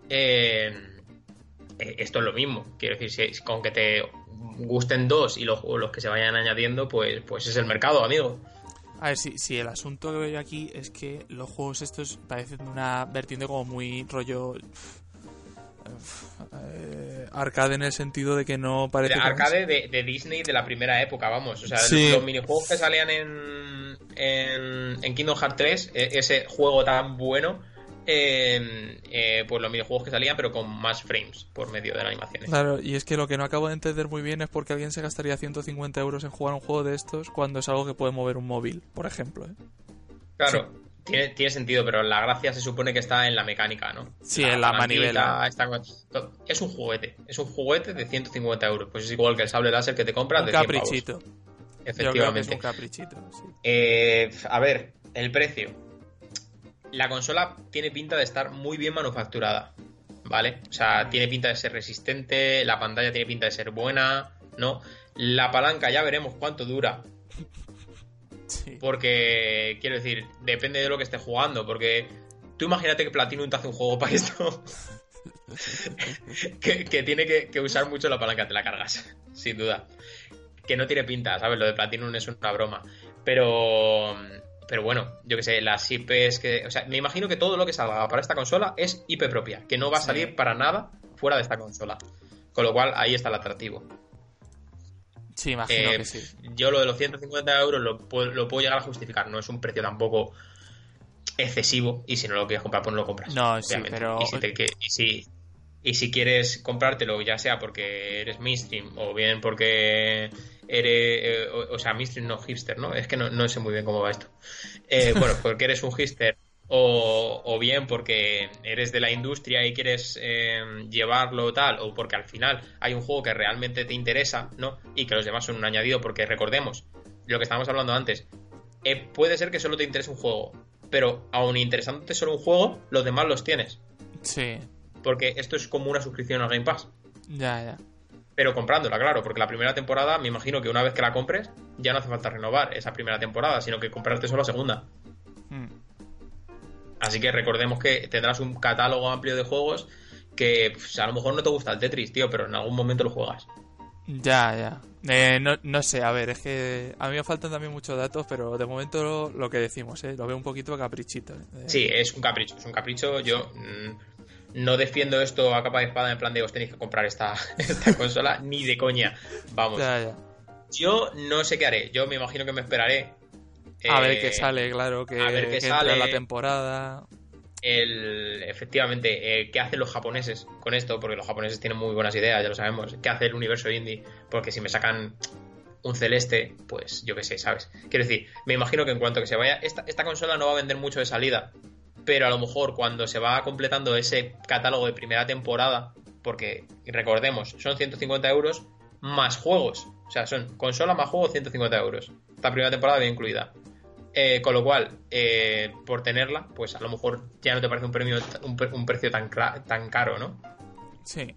esto es lo mismo. Quiero decir, si con que te gusten 2 y los que se vayan añadiendo, pues es el mercado, amigo. A ver, si el asunto que veo aquí es que los juegos estos parecen una vertiente como muy rollo arcade, en el sentido de que no parece... Arcade de Disney de la primera época, vamos. O sea, sí. Los minijuegos que salían en Kingdom Hearts 3, ese juego tan bueno, pues los minijuegos que salían, pero con más frames por medio de la animación. Claro, y es que lo que no acabo de entender muy bien es por qué alguien se gastaría 150 euros en jugar un juego de estos cuando es algo que puede mover un móvil, por ejemplo. Claro, sí. Tiene sentido, pero la gracia se supone que está en la mecánica, ¿no? Sí, en la manivela. Es un juguete de 150 euros. Pues es igual que el sable láser que te compras de 100 pavos. Caprichito. Efectivamente. Yo creo que es un caprichito, sí. A ver, el precio. La consola tiene pinta de estar muy bien manufacturada, ¿vale? O sea, tiene pinta de ser resistente, la pantalla tiene pinta de ser buena, ¿no? La palanca ya veremos cuánto dura. Sí. Porque, quiero decir, depende de lo que esté jugando, porque tú imagínate que Platinum te hace un juego para esto que tiene que usar mucho la palanca, te la cargas, sin duda. Que no tiene pinta, ¿sabes? Lo de Platinum es una broma. Pero bueno, yo que sé, las IPs que... O sea, me imagino que todo lo que salga para esta consola es IP propia, que no va a salir para nada fuera de esta consola. Con lo cual, ahí está el atractivo. Sí, imagino que sí. Yo lo de los 150 euros lo puedo llegar a justificar. No es un precio tampoco excesivo. Y si no lo quieres comprar, pues no lo compras. No, sí, pero... Y si quieres comprártelo, ya sea porque eres mainstream o bien porque eres... o sea, mainstream no hipster, ¿no? Es que no sé muy bien cómo va esto. Bueno, porque eres un hipster o bien porque eres de la industria y quieres llevarlo tal, o porque al final hay un juego que realmente te interesa, ¿no? Y que los demás son un añadido, porque recordemos lo que estábamos hablando antes. Puede ser que solo te interese un juego, pero aun interesándote solo un juego, los demás los tienes. Sí. Porque esto es como una suscripción al Game Pass. Ya. Pero comprándola, claro, porque la primera temporada, me imagino que una vez que la compres, ya no hace falta renovar esa primera temporada, sino que comprarte solo la segunda. Así que recordemos que tendrás un catálogo amplio de juegos que pues, a lo mejor no te gusta el Tetris, tío, pero en algún momento lo juegas. Ya. No sé, a ver, es que a mí me faltan también muchos datos, pero de momento lo que decimos, lo veo un poquito a caprichito. Sí, es un capricho. Yo no defiendo esto a capa de espada en plan de os tenéis que comprar esta consola, ni de coña. Vamos. Ya. Yo no sé qué haré. Yo me imagino que me esperaré. A ver qué sale, claro, a ver qué que sale. entra la temporada. Efectivamente, ¿qué hacen los japoneses con esto? Porque los japoneses tienen muy buenas ideas, ya lo sabemos. ¿Qué hace el universo indie? Porque si me sacan un celeste, pues yo qué sé, ¿sabes? Quiero decir, me imagino que en cuanto que se vaya, esta consola no va a vender mucho de salida, pero a lo mejor cuando se va completando ese catálogo de primera temporada, porque recordemos, son 150 euros más juegos, o sea, son consola más juegos 150 euros. Esta primera temporada bien incluida. Con lo cual, por tenerla, pues a lo mejor ya no te parece un precio tan caro, ¿no? Sí.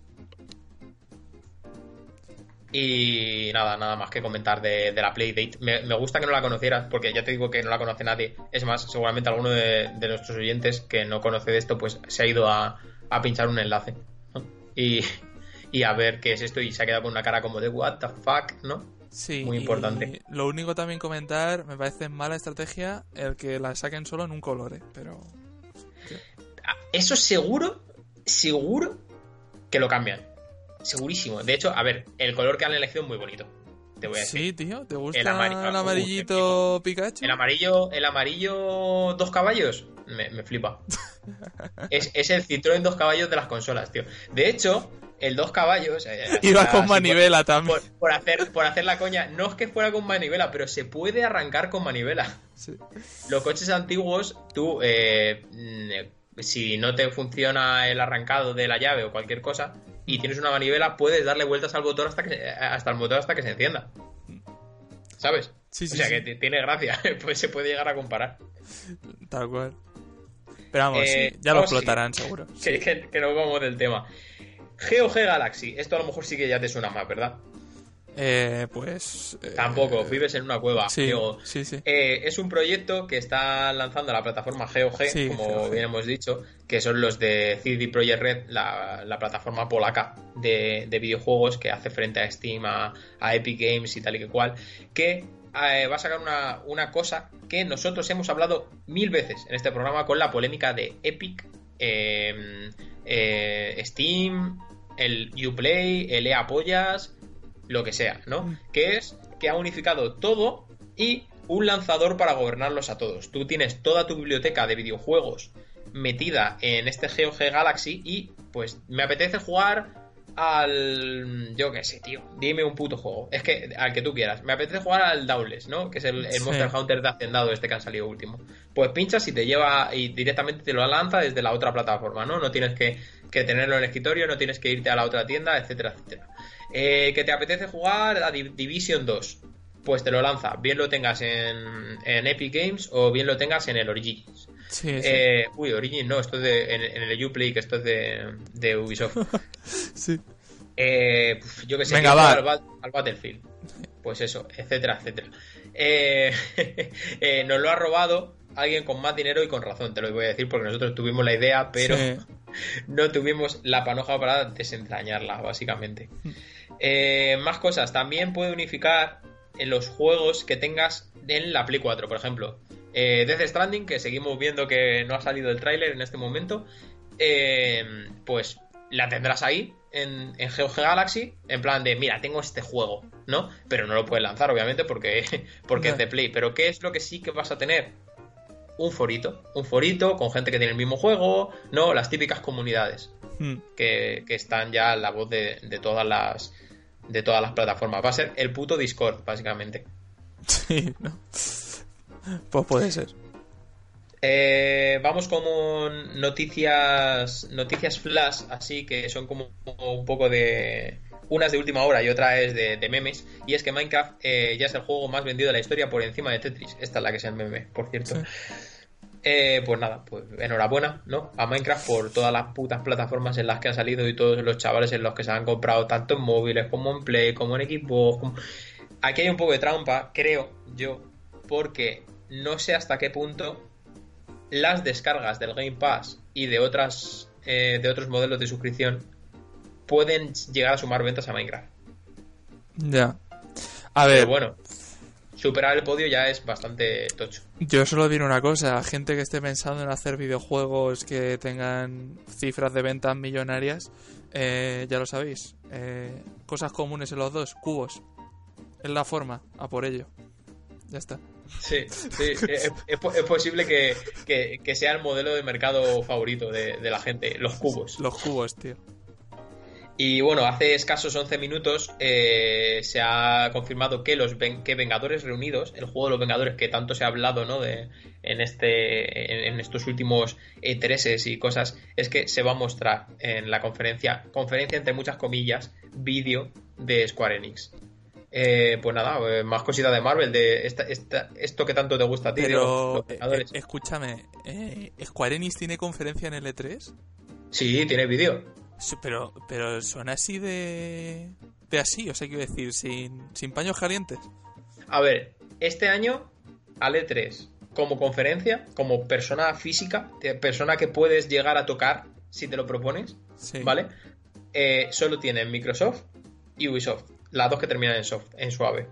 Y nada más que comentar de la Playdate. Me gusta que no la conocieras, porque ya te digo que no la conoce nadie. Es más, seguramente alguno de nuestros oyentes que no conoce de esto, pues se ha ido a pinchar un enlace, ¿no? Y a ver qué es esto y se ha quedado con una cara como de what the fuck, ¿no? Sí, muy importante. Lo único también comentar, me parece mala estrategia el que la saquen solo en un color, pero... Eso seguro que lo cambian. Segurísimo. De hecho, a ver, el color que han elegido es muy bonito. Te voy a decir. Sí, tío, ¿te gusta el amarillito Pikachu? El amarillo 2 caballos. Me flipa. es el Citroën 2 caballos de las consolas, tío. De hecho, el 2 caballos... Iba con manivela también. Por hacer la coña. No es que fuera con manivela, pero se puede arrancar con manivela. Sí. Los coches antiguos, tú... si no te funciona el arrancado de la llave o cualquier cosa y tienes una manivela, puedes darle vueltas al motor hasta el motor hasta que se encienda. ¿Sabes? Sí, o sea que tiene gracia. Pues se puede llegar a comparar. Tal cual. Pero vamos, sí, ya lo explotarán, sí. seguro. Que nos vamos del tema. GOG Galaxy. Esto a lo mejor sí que ya te suena más, ¿verdad? Tampoco, vives en una cueva, sí, Diego. Sí. Es un proyecto que está lanzando la plataforma GOG, sí, como GOG. bien hemos dicho, que son los de CD Projekt Red, la plataforma polaca de videojuegos que hace frente a Steam, a Epic Games y tal y que cual, que va a sacar una cosa que nosotros hemos hablado 1000 veces en este programa con la polémica de Epic, Steam, el Uplay, el EA Pollas, lo que sea, ¿no? Que es que ha unificado todo y un lanzador para gobernarlos a todos. Tú tienes toda tu biblioteca de videojuegos metida en este GOG Galaxy y pues me apetece jugar al... yo qué sé, tío, dime un puto juego. Es que al que tú quieras. Me apetece jugar al Dauntless, ¿no? Que es el Monster Hunter de Hacendado este que han salido último. Pues pinchas y te lleva y directamente te lo lanza desde la otra plataforma, ¿no? No tienes que tenerlo en el escritorio, no tienes que irte a la otra tienda, etcétera, etcétera. Que te apetece jugar a Division 2, pues te lo lanza, bien lo tengas en Epic Games o bien lo tengas en el Origins. Sí. Origins no, esto es en el Uplay, que esto es de Ubisoft. Sí. Yo que sé, venga, al Battlefield, pues eso, etcétera, etcétera. Nos lo ha robado alguien con más dinero y con razón, te lo voy a decir, porque nosotros tuvimos la idea, pero no tuvimos la panoja para desentrañarla, básicamente. Más cosas, también puede unificar en los juegos que tengas en la Play 4, por ejemplo. Death Stranding, que seguimos viendo que no ha salido el tráiler en este momento, pues la tendrás ahí en GOG Galaxy, en plan de, mira, tengo este juego, ¿no? Pero no lo puedes lanzar, obviamente, porque es de Play. Pero ¿qué es lo que sí que vas a tener? Un forito con gente que tiene el mismo juego, ¿no? Las típicas comunidades que están ya a la voz de todas las plataformas. Va a ser el puto Discord, básicamente. Sí, ¿no? Pues puede ser. Vamos con noticias flash, así que son como un poco de... Unas de última hora y otra es de memes. Y es que Minecraft ya es el juego más vendido de la historia por encima de Tetris. Esta es la que es el meme, por cierto. Sí. Pues nada, pues enhorabuena, ¿no? A Minecraft por todas las putas plataformas en las que han salido y todos los chavales en los que se han comprado, tanto en móviles como en Play, como en Xbox. Aquí hay un poco de trampa, creo yo, porque no sé hasta qué punto las descargas del Game Pass y de otros modelos de suscripción pueden llegar a sumar ventas a Minecraft. Ya. A ver. Pero bueno, superar el podio ya es bastante tocho. Yo solo diré una cosa, gente que esté pensando en hacer videojuegos que tengan cifras de ventas millonarias, ya lo sabéis, cosas comunes en los dos, cubos, es la forma, a por ello, ya está. Sí, es posible que sea el modelo de mercado favorito de la gente, los cubos. Los cubos, tío. Y bueno, hace escasos 11 minutos se ha confirmado que que Vengadores Reunidos, el juego de los Vengadores que tanto se ha hablado, ¿no? en estos últimos E3s y cosas, es que se va a mostrar en la conferencia entre muchas comillas, vídeo de Square Enix. Pues nada, más cositas de Marvel, de esto que tanto te gusta a ti. Pero, escúchame, ¿Square Enix tiene conferencia en el E3? Sí, tiene vídeo. Pero suena así de así, o sea, quiero decir, sin paños calientes. A ver, este año al E3 como conferencia, como persona física, persona que puedes llegar a tocar si te lo propones, sí. ¿Vale? Solo tienen Microsoft y Ubisoft, las dos que terminan en suave.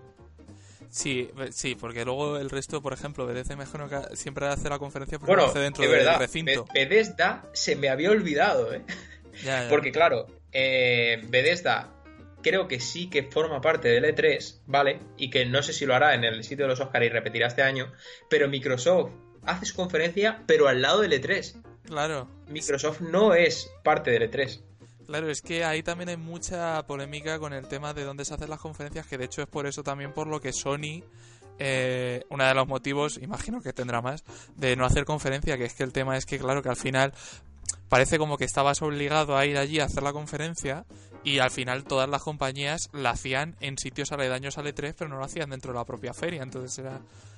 Sí, porque luego el resto, por ejemplo, Bethesda imagino que siempre hace la conferencia porque lo hace dentro del recinto. Bethesda se me había olvidado, Ya. Porque claro, Bethesda creo que sí que forma parte del E3, ¿vale? Y que no sé si lo hará en el sitio de los Oscars y repetirá este año, pero Microsoft hace su conferencia pero al lado del E3. Claro. Microsoft no es parte del E3. Claro, es que ahí también hay mucha polémica con el tema de dónde se hacen las conferencias, que de hecho es por eso también por lo que Sony, uno de los motivos, imagino que tendrá más, de no hacer conferencia, que es que el tema es que claro que al final parece como que estabas obligado a ir allí a hacer la conferencia y al final todas las compañías la hacían en sitios aledaños al E3, pero no lo hacían dentro de la propia feria. Entonces era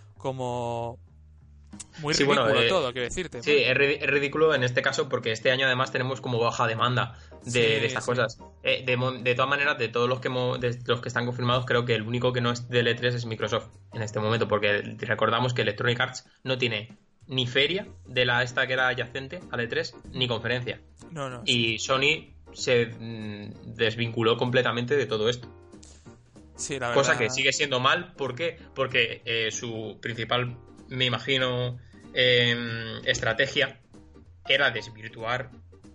como muy ridículo todo, quiero decirte. Sí, es ridículo en este caso porque este año además tenemos como baja demanda de estas cosas. De todas maneras, de todos los que están confirmados, creo que el único que no es del E3 es Microsoft en este momento, porque recordamos que Electronic Arts no tiene ni feria de esta que era adyacente al E3, ni conferencia. No. Y Sony se desvinculó completamente de todo esto. Sí, la verdad. Cosa que sigue siendo mal. ¿Por qué? Porque su principal, me imagino, estrategia era desvirtuar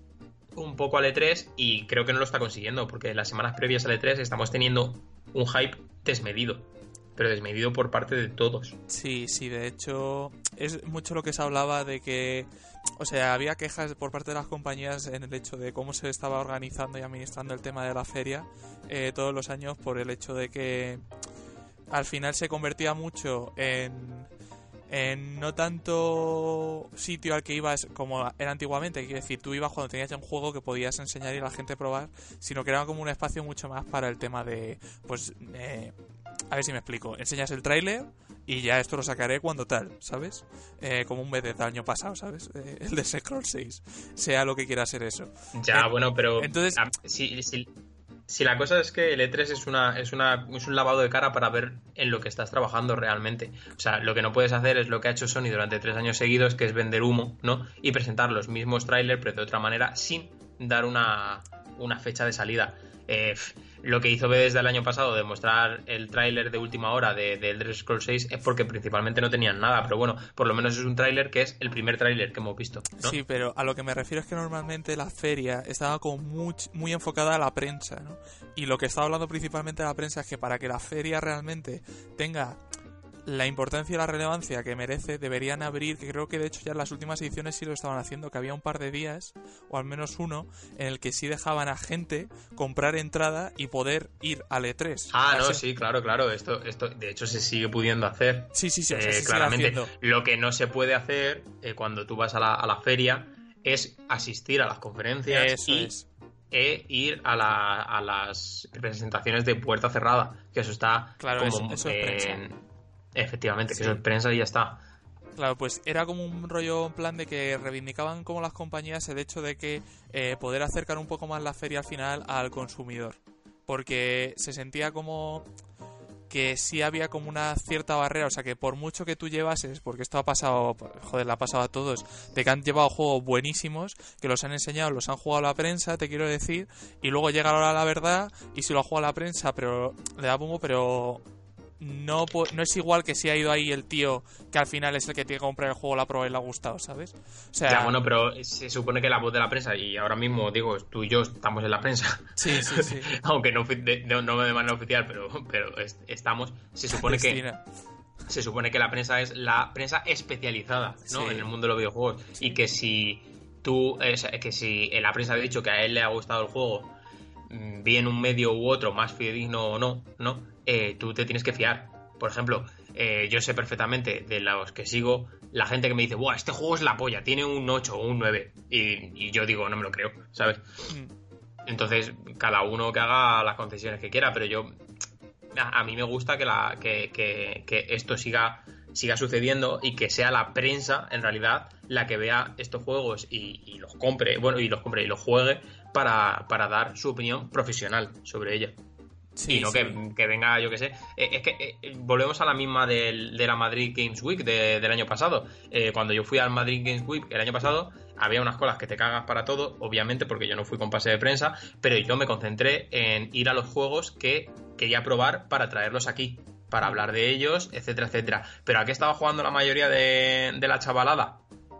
un poco al E3 y creo que no lo está consiguiendo porque en las semanas previas al E3 estamos teniendo un hype desmedido. Pero desmedido por parte de todos. Sí, de hecho es mucho lo que se hablaba de que, o sea, había quejas por parte de las compañías en el hecho de cómo se estaba organizando y administrando el tema de la feria todos los años, por el hecho de que al final se convertía mucho en no tanto sitio al que ibas como era antiguamente, quiero decir, tú ibas cuando tenías ya un juego que podías enseñar y a la gente probar, sino que era como un espacio mucho más para el tema de, pues, a ver si me explico, enseñas el tráiler y ya esto lo sacaré cuando tal, ¿sabes? Como un Bethesda del año pasado, ¿sabes? El de Scroll 6, sea lo que quiera ser eso. Ya, bueno, pero entonces, si la cosa es que el E3 es un lavado de cara para ver en lo que estás trabajando realmente. O sea, lo que no puedes hacer es lo que ha hecho Sony durante 3 años seguidos, que es vender humo, ¿no? Y presentar los mismos trailers, pero de otra manera, sin dar una fecha de salida. Lo que hizo Bethesda el año pasado de mostrar el tráiler de última hora de Elder Scrolls 6 es porque principalmente no tenían nada, pero bueno, por lo menos es un tráiler que es el primer tráiler que hemos visto, ¿no? Sí, pero a lo que me refiero es que normalmente la feria estaba como muy enfocada a la prensa, ¿no? Y lo que estaba hablando principalmente de la prensa es que para que la feria realmente tenga la importancia y la relevancia que merece, deberían abrir, que creo que de hecho ya en las últimas ediciones sí lo estaban haciendo, que había un par de días, o al menos uno, en el que sí dejaban a gente comprar entrada y poder ir al E3. No, sí, claro, esto de hecho se sigue pudiendo hacer. Sí, o sea, claramente. Lo que no se puede hacer cuando tú vas a la feria es asistir a las conferencias ir a las presentaciones de puerta cerrada, que eso está como eso es prensa. Efectivamente, que eso es prensa y ya está. Claro, pues era como un rollo en plan de que reivindicaban como las compañías el hecho de que poder acercar un poco más la feria al final al consumidor, porque se sentía como que sí había como una cierta barrera, o sea que por mucho que tú llevases, porque esto ha pasado, joder, le ha pasado a todos, de que han llevado juegos buenísimos, que los han enseñado, los han jugado a la prensa, te quiero decir, y luego llega la hora de la verdad y si lo ha jugado a la prensa, pero le da bombo, pero no es igual que si ha ido ahí el tío que al final es el que tiene que comprar el juego, la prueba y le ha gustado, ¿sabes? O sea, Ya, bueno, pero se supone que la voz de la prensa, y ahora mismo, digo, tú y yo estamos en la prensa. sí, sí, sí. Aunque no de manera oficial, pero estamos. Cristina. Se supone que la prensa es la prensa especializada, ¿no? Sí. En el mundo de los videojuegos. Sí. Y que si que si la prensa ha dicho que a él le ha gustado el juego, bien un medio u otro, más fidedigno o no, tú te tienes que fiar. Por ejemplo, yo sé perfectamente de los que sigo, la gente que me dice, ¡buah, este juego es la polla! Tiene un 8 o un 9. Y yo digo, no me lo creo, ¿sabes? Entonces, cada uno que haga las concesiones que quiera, pero yo... A mí me gusta que esto siga sucediendo y que sea la prensa, en realidad, la que vea estos juegos y los compre, y los juegue para dar su opinión profesional sobre ella. Sí, y no sí. que venga, yo que sé. Es que volvemos a la misma de la Madrid Games Week del año pasado. Cuando yo fui al Madrid Games Week el año pasado, había unas colas que te cagas para todo, obviamente, porque yo no fui con pase de prensa, pero yo me concentré en ir a los juegos que quería probar para traerlos aquí, para hablar de ellos, etcétera, etcétera. Pero ¿a qué estaba jugando la mayoría de la chavalada?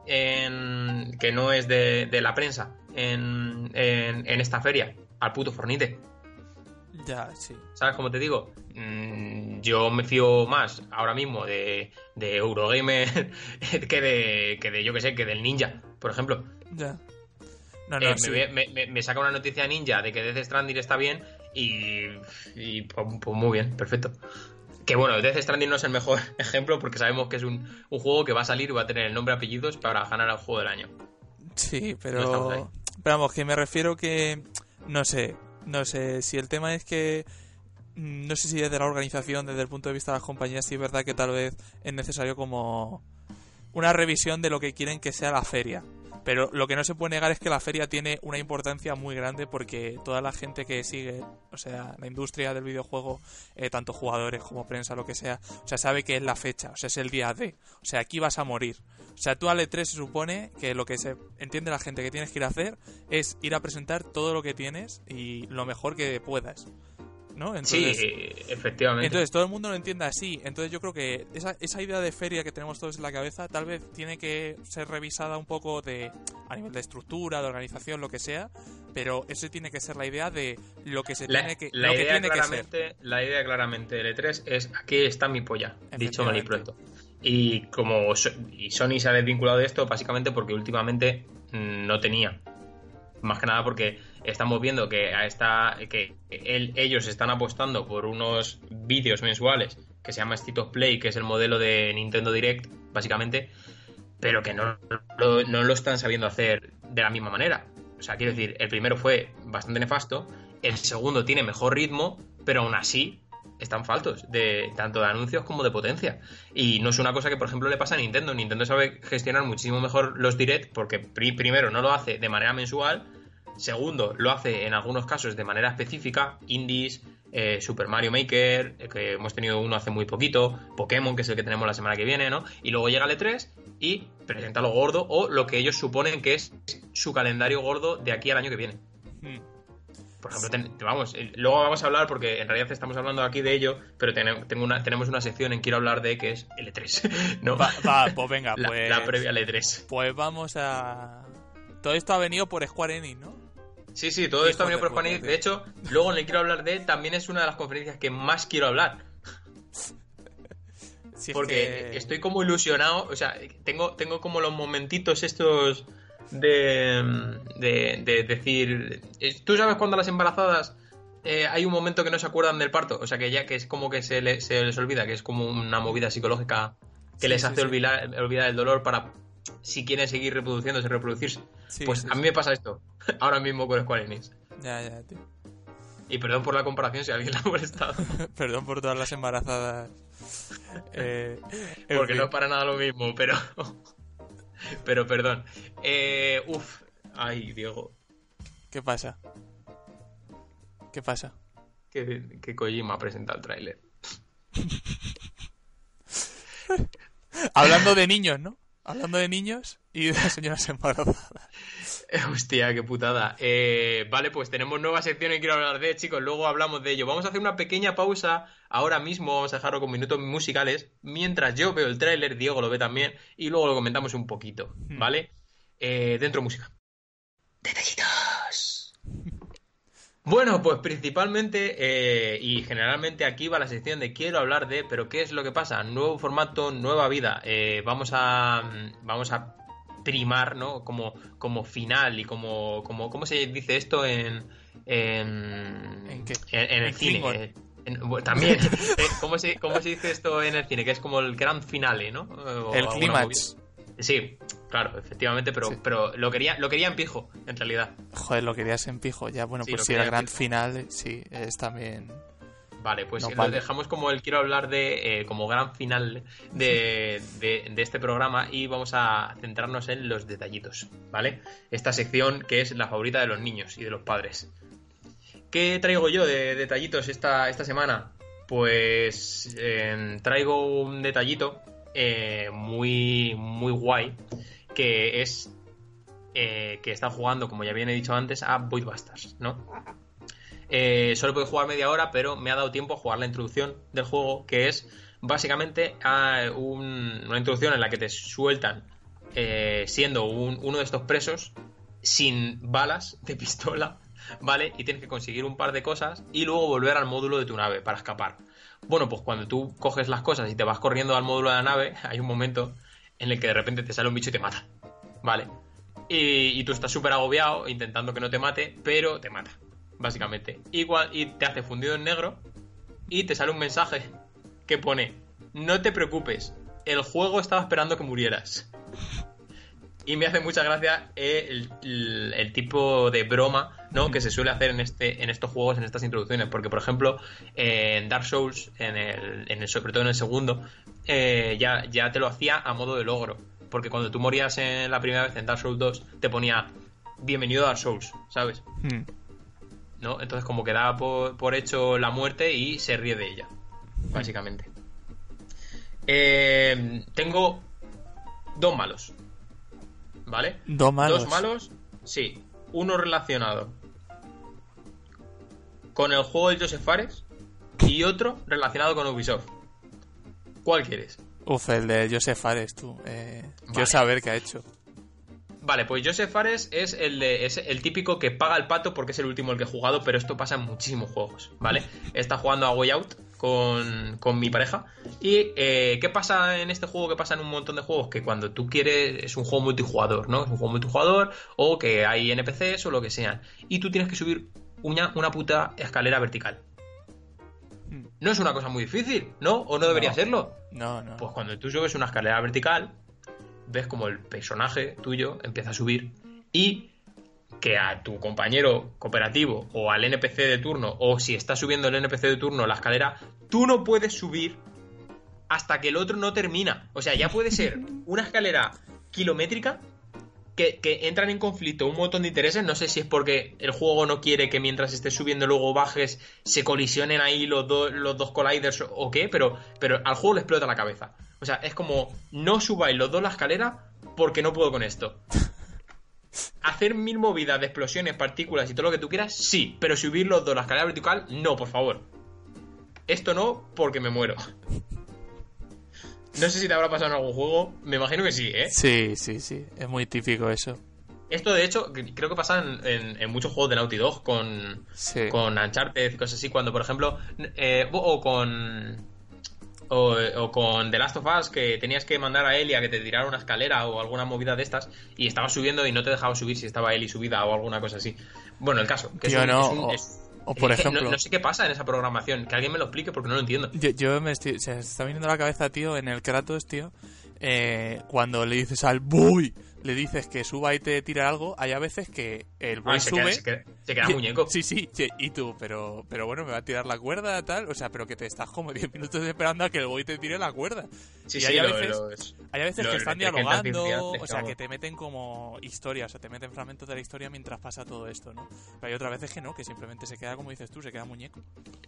Que no es de la prensa en esta feria, al puto Fornite. Ya, sí. ¿Sabes cómo te digo? Yo me fío más ahora mismo de Eurogamer que de yo que sé, que del Ninja, por ejemplo. Ya. No, sí. Me saca una noticia Ninja de que Death Stranding está bien y pues muy bien, perfecto. Que bueno, Death Stranding no es el mejor ejemplo porque sabemos que es un juego que va a salir y va a tener el nombre y apellidos para ganar el juego del año. Sí, No pero vamos, que me refiero que no sé si el tema es que no sé si desde la organización, desde el punto de vista de las compañías, sí es verdad que tal vez es necesario como una revisión de lo que quieren que sea la feria. Pero lo que no se puede negar es que la feria tiene una importancia muy grande porque toda la gente que sigue, o sea, la industria del videojuego, tanto jugadores como prensa, lo que sea, o sea, sabe que es la fecha, o sea, es el día D. O sea, aquí vas a morir. O sea, tú al E3 se supone que lo que se entiende la gente que tienes que ir a hacer es ir a presentar todo lo que tienes y lo mejor que puedas, ¿no? Entonces, sí, efectivamente. Entonces todo el mundo lo entiende así. Entonces yo creo que esa idea de feria que tenemos todos en la cabeza tal vez tiene que ser revisada un poco a nivel de estructura, de organización, lo que sea. Pero eso tiene que ser la idea de lo que se tiene que ser. La idea claramente del E3 es aquí está mi polla, dicho mal y pronto. Y como Sony se ha desvinculado de esto básicamente porque últimamente no tenía. Más que nada porque estamos viendo que ellos están apostando por unos vídeos mensuales que se llama State of Play, que es el modelo de Nintendo Direct, básicamente, pero que no lo están sabiendo hacer de la misma manera. O sea, quiero decir, el primero fue bastante nefasto, el segundo tiene mejor ritmo, pero aún así están faltos tanto de anuncios como de potencia. Y no es una cosa que, por ejemplo, le pasa a Nintendo. Nintendo sabe gestionar muchísimo mejor los Direct porque primero no lo hace de manera mensual, segundo lo hace en algunos casos de manera específica, indies, Super Mario Maker, que hemos tenido uno hace muy poquito, Pokémon, que es el que tenemos la semana que viene, ¿no? Y luego llega el E3 y presenta lo gordo o lo que ellos suponen que es su calendario gordo de aquí al año que viene. Por ejemplo, luego vamos a hablar, porque en realidad estamos hablando aquí de ello, pero tenemos una sección en Quiero hablar de que es el E3, ¿no? Pues venga, la previa al E3. Pues vamos a... Todo esto ha venido por Square Enix, ¿no? Sí, todo esto ha venido por Square Enix. De hecho, luego en el Quiero hablar de también es una de las conferencias que más quiero hablar. Porque estoy como ilusionado, o sea, tengo como los momentitos estos de decir, tú sabes cuando las embarazadas hay un momento que no se acuerdan del parto, o sea que ya que es como que se les olvida, que es como una movida psicológica que les hace olvidar el dolor para si quieren seguir reproducirse. Pues a mí me pasa esto ahora mismo con Square Enix. Ya, tío. Y perdón por la comparación si a alguien le ha molestado. Perdón por todas las embarazadas. Porque no es para nada lo mismo, pero perdón. Ay, Diego. ¿Qué pasa? Que Kojima presenta el tráiler. Hablando de niños, ¿no? Hablando de niños y de señoras embarazadas. Hostia, qué putada. Vale, pues tenemos nueva sección y quiero hablar de, chicos, luego hablamos de ello. Vamos a hacer una pequeña pausa ahora mismo, vamos a dejarlo con minutos musicales, mientras yo veo el tráiler, Diego lo ve también, y luego lo comentamos un poquito, ¿vale? Dentro música. Detallitos. Bueno, pues principalmente y generalmente aquí va la sección de quiero hablar de, pero ¿qué es lo que pasa? Nuevo formato, nueva vida. Vamos a primar, ¿no? Como final y como ¿cómo se dice esto en qué? En el cine? También. ¿Cómo se dice esto en el cine? Que es como el gran finale, ¿no? El clímax. Sí, claro, efectivamente, pero lo quería en pijo, en realidad. Joder, lo querías en pijo, ya, bueno, sí, pues si el gran final, sí, es también... Vale, pues lo dejamos como el quiero hablar de, como gran final de este programa y vamos a centrarnos en los detallitos, ¿vale? Esta sección que es la favorita de los niños y de los padres. ¿Qué traigo yo de detallitos esta semana? Pues traigo un detallito muy, muy guay, que es que está jugando, como ya bien he dicho antes, a Void Busters, ¿no? Solo puedo jugar media hora, pero me ha dado tiempo a jugar la introducción del juego, que es básicamente una introducción en la que te sueltan siendo uno de estos presos sin balas de pistola, ¿vale? Y tienes que conseguir un par de cosas y luego volver al módulo de tu nave para escapar. Bueno, pues cuando tú coges las cosas y te vas corriendo al módulo de la nave, hay un momento en el que de repente te sale un bicho y te mata, ¿vale? Y tú estás súper agobiado intentando que no te mate, pero te mata, básicamente. Y te hace fundido en negro y te sale un mensaje que pone: no te preocupes, el juego estaba esperando que murieras. Y me hace mucha gracia el tipo de broma, ¿no?, que se suele hacer en estos juegos, en estas introducciones. Porque, por ejemplo, en Dark Souls, sobre todo en el segundo, ya te lo hacía a modo de logro. Porque cuando tú morías en la primera vez en Dark Souls 2, te ponía bienvenido a Dark Souls, ¿sabes? ¿No? Entonces como que da por hecho la muerte y se ríe de ella, básicamente. Tengo dos malos, ¿vale? ¿Dos malos? Sí. Uno relacionado con el juego de Joseph Fares y otro relacionado con Ubisoft. ¿Cuál quieres? El de Joseph Fares, tú. Vale. Quiero saber qué ha hecho. Vale, pues Joseph Fares es el típico que paga el pato porque es el último el que he jugado, pero esto pasa en muchísimos juegos, ¿vale? Está jugando a Way Out con mi pareja. ¿Y qué pasa en este juego? ¿Qué pasa en un montón de juegos? Que cuando tú quieres, es un juego multijugador, ¿no? Es un juego multijugador o que hay NPCs o lo que sean. Y tú tienes que subir una puta escalera vertical. No es una cosa muy difícil, ¿no? ¿O no debería serlo? No. Pues cuando tú subes una escalera vertical, ves como el personaje tuyo empieza a subir y que a tu compañero cooperativo o al NPC de turno, o si está subiendo el NPC de turno la escalera, tú no puedes subir hasta que el otro no termina. O sea, ya puede ser una escalera kilométrica que entran en conflicto un montón de intereses. No sé si es porque el juego no quiere que mientras estés subiendo luego bajes se colisionen ahí los dos colliders o qué, pero al juego le explota la cabeza. O sea, es como, no subáis los dos la escalera porque no puedo con esto. Hacer 1000 movidas de explosiones, partículas y todo lo que tú quieras, sí, pero subir los dos la escalera vertical, no, por favor. Esto no, porque me muero. No sé si te habrá pasado en algún juego. Me imagino que sí, ¿eh? Sí. Es muy típico eso. Esto, de hecho, creo que pasa en muchos juegos de Naughty Dog con Uncharted, cosas así. Cuando, por ejemplo, o con The Last of Us, que tenías que mandar a Ellie a que te tirara una escalera o alguna movida de estas, y estabas subiendo y no te dejaba subir si estaba Ellie subida o alguna cosa así. Bueno, el caso. Que o por ejemplo... No sé qué pasa en esa programación. Que alguien me lo explique porque no lo entiendo. Se está viniendo a la cabeza, tío, en el Kratos, tío, cuando le dices al boy, le dices que suba y te tira algo, hay a veces que el boy sube... Se queda muñeco. Sí, y tú, pero bueno, me va a tirar la cuerda, tal, o sea, pero que te estás como 10 minutos esperando a que el boy te tire la cuerda. Sí, y sí, hay a veces que están dialogando, o sea, vamos. que te meten como historia, o sea, te meten fragmentos de la historia mientras pasa todo esto, ¿no? Pero hay otras veces que no, que simplemente se queda, como dices tú, se queda muñeco.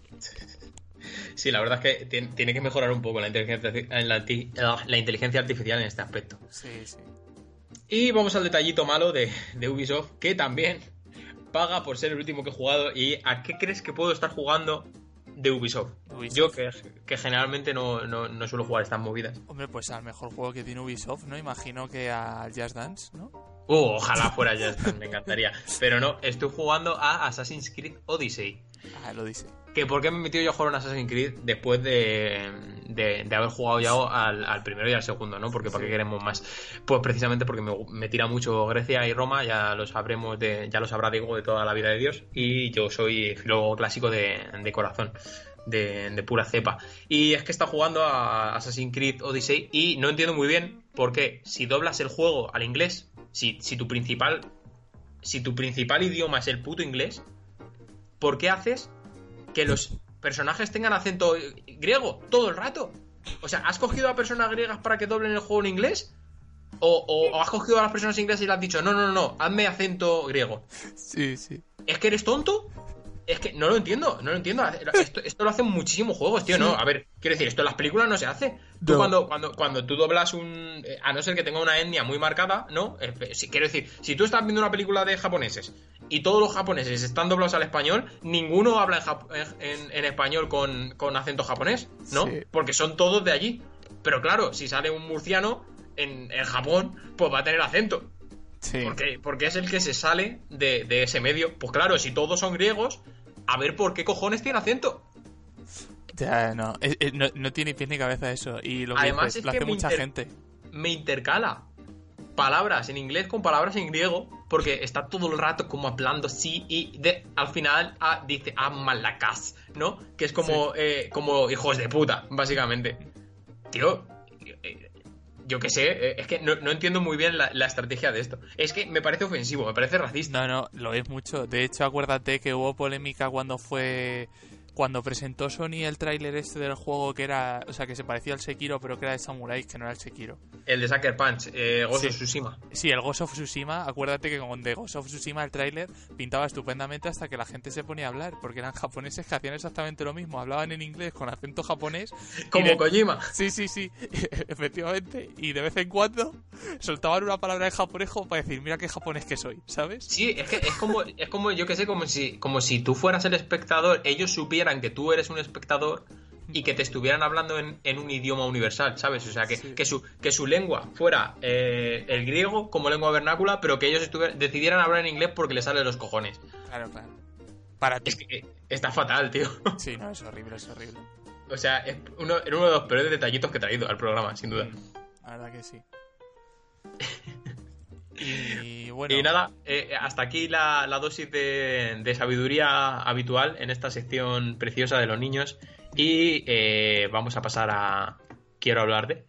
Sí, la verdad es que tiene que mejorar un poco la inteligencia artificial en este aspecto. Sí, sí. Y vamos al detallito malo de Ubisoft, que también paga por ser el último que he jugado. ¿Y a qué crees que puedo estar jugando de Ubisoft? Yo que generalmente no suelo jugar estas movidas. Hombre, pues al mejor juego que tiene Ubisoft, ¿no? Imagino que a Just Dance, ¿no? Ojalá fuera Just Dance, me encantaría. Pero no, estoy jugando a Assassin's Creed Odyssey. Ah, lo dice. Que por qué me he metido yo a jugar un Assassin's Creed después de haber jugado ya al primero y al segundo, ¿no? Porque ¿para qué queremos más? Pues precisamente porque me tira mucho Grecia y Roma, ya lo sabrá Diego de toda la vida de Dios, y yo soy filólogo clásico de corazón, de pura cepa. Y es que está jugando a Assassin's Creed Odyssey y no entiendo muy bien por qué, si doblas el juego al inglés, si tu principal idioma es el puto inglés, ¿por qué haces que los personajes tengan acento griego todo el rato? O sea, ¿has cogido a personas griegas para que doblen el juego en inglés? ¿O has cogido a las personas inglesas y le has dicho, no, hazme acento griego? Sí, sí. ¿Es que eres tonto? Es que no lo entiendo. Esto lo hacen muchísimos juegos, tío, ¿no? A ver, quiero decir, esto en las películas no se hace. Tú cuando tú doblas a no ser que tenga una etnia muy marcada, ¿no? Quiero decir, si tú estás viendo una película de japoneses y todos los japoneses están doblados al español, ninguno habla en español con acento japonés, ¿no? Sí. Porque son todos de allí. Pero claro, si sale un murciano en Japón, pues va a tener acento. Sí. Porque es el que se sale de ese medio. Pues claro, si todos son griegos, a ver por qué cojones tiene acento. Ya, no. No tiene pies ni cabeza eso. Y lo que Además dices, es lo que hace mucha gente. me intercala palabras en inglés con palabras en griego, porque está todo el rato como hablando así y al final dice malacas, ¿no? Que es como, como hijos de puta, básicamente. Tío, yo qué sé, es que no entiendo muy bien la estrategia de esto. Es que me parece ofensivo, me parece racista. No, lo es mucho. De hecho, acuérdate que hubo polémica cuando presentó Sony el tráiler este del juego que era, o sea, que se parecía al Sekiro, pero que era de samuráis, que no era el Sekiro. El de Sucker Punch, Ghost of Tsushima. Sí, el Ghost of Tsushima. Acuérdate que con The Ghost of Tsushima el tráiler pintaba estupendamente hasta que la gente se ponía a hablar, porque eran japoneses que hacían exactamente lo mismo, hablaban en inglés con acento japonés. Como Kojima. Sí, efectivamente. Y de vez en cuando soltaban una palabra en japonés como para decir, mira qué japonés que soy, ¿sabes? Sí, es que es como yo que sé, como si tú fueras el espectador, ellos supieran que tú eres un espectador y que te estuvieran hablando en un idioma universal, ¿sabes? O sea, que su lengua fuera el griego como lengua vernácula, pero que ellos decidieran hablar en inglés porque les sale de los cojones. Claro. Para ti. Es que está fatal, tío. Sí, no, es horrible. O sea, es uno de los peores detallitos que he traído al programa, sin duda. La verdad que sí. Y bueno. Y nada, hasta aquí la dosis de sabiduría habitual en esta sección preciosa de los niños. Y vamos a pasar a Quiero hablar de...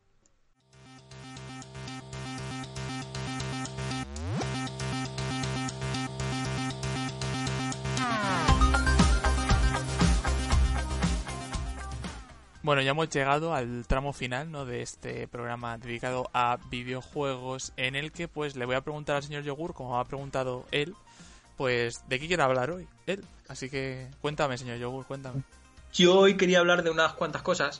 Bueno, ya hemos llegado al tramo final, ¿no?, de este programa dedicado a videojuegos, en el que pues le voy a preguntar al señor Yogur, como ha preguntado él, pues de qué quiere hablar hoy él. Así que cuéntame, señor Yogur, cuéntame. Yo hoy quería hablar de unas cuantas cosas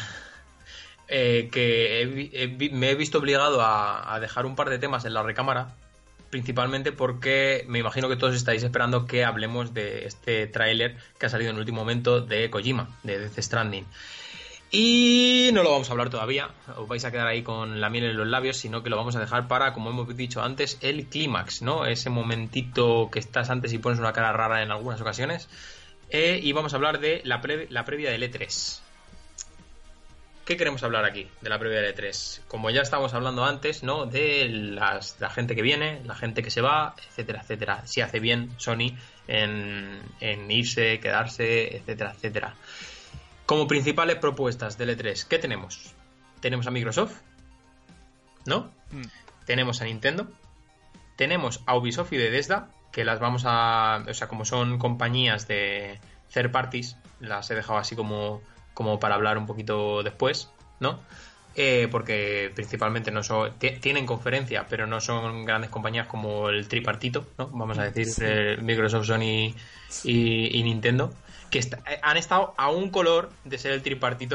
que me he visto obligado a dejar un par de temas en la recámara, principalmente porque me imagino que todos estáis esperando que hablemos de este tráiler que ha salido en el último momento de Kojima, de Death Stranding. Y no lo vamos a hablar todavía, os vais a quedar ahí con la miel en los labios, sino que lo vamos a dejar para, como hemos dicho antes, el clímax, ¿no? Ese momentito que estás antes y pones una cara rara en algunas ocasiones. Y vamos a hablar de la previa del E3. ¿Qué queremos hablar aquí de la previa del E3? Como ya estábamos hablando antes, ¿no?, de la gente que viene, la gente que se va, etcétera, etcétera. Si hace bien Sony en irse, quedarse, etcétera, etcétera. Como principales propuestas del E3, ¿qué tenemos? Tenemos a Microsoft, ¿no? Tenemos a Nintendo, tenemos a Ubisoft y Bethesda, que las vamos a... O sea, como son compañías de third parties, las he dejado así como para hablar un poquito después, ¿no? porque principalmente no son tienen conferencia, pero no son grandes compañías como el tripartito, ¿no? Vamos a decir, Sí. Microsoft, Sony y Nintendo, que han estado a un color de ser el tripartito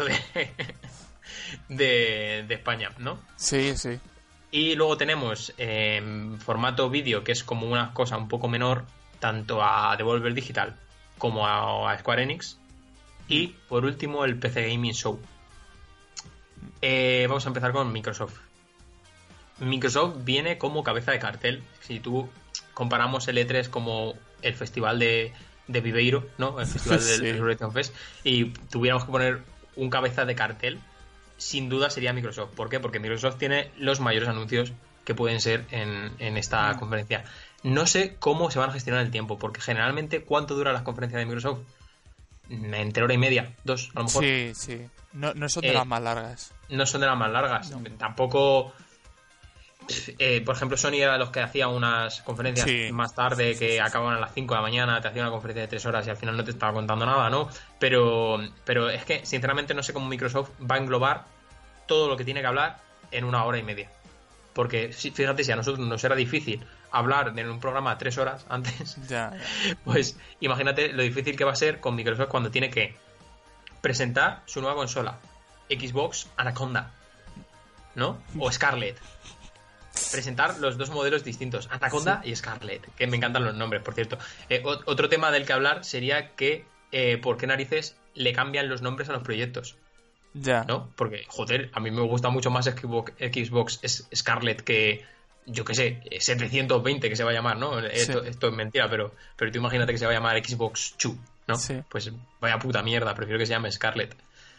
de España, ¿no? Sí, sí. Y luego tenemos formato vídeo, que es como una cosa un poco menor, tanto a Devolver Digital como a Square Enix. Y por último, el PC Gaming Show. Vamos a empezar con Microsoft. Microsoft viene como cabeza de cartel. Si tú comparamos el E3 como el festival de Viveiro, ¿no? El festival del Sí. Resurrection Fest, y tuviéramos que poner un cabeza de cartel, sin duda sería Microsoft. ¿Por qué? Porque Microsoft tiene los mayores anuncios que pueden ser en esta conferencia. No sé cómo se van a gestionar el tiempo, porque generalmente, ¿cuánto duran las conferencias de Microsoft? Entre hora y media, 2, a lo mejor. Sí, sí. No son de las más largas. No son de las más largas. No. Tampoco. Por ejemplo, Sony era de los que hacía unas conferencias Sí. más tarde, que acababan a las 5 de la mañana, te hacía una conferencia de 3 horas y al final no te estaba contando nada, ¿no? Pero es que, sinceramente, no sé cómo Microsoft va a englobar todo lo que tiene que hablar en una hora y media. Porque, fíjate, si a nosotros nos era difícil hablar en un programa 3 horas antes, Ya. pues imagínate lo difícil que va a ser con Microsoft cuando tiene que presentar su nueva consola, Xbox Anaconda, ¿no? O Scarlett. Presentar los dos modelos distintos, Anaconda y Scarlett, que me encantan los nombres, por cierto. Otro tema del que hablar sería que por qué narices le cambian los nombres a los proyectos, Ya. ¿no? Porque, joder, a mí me gusta mucho más Xbox Scarlett que, yo qué sé, 720 que se va a llamar, ¿no? Esto es mentira, pero tú imagínate que se va a llamar Xbox 2, ¿no? Sí. Pues vaya puta mierda, prefiero que se llame Scarlett.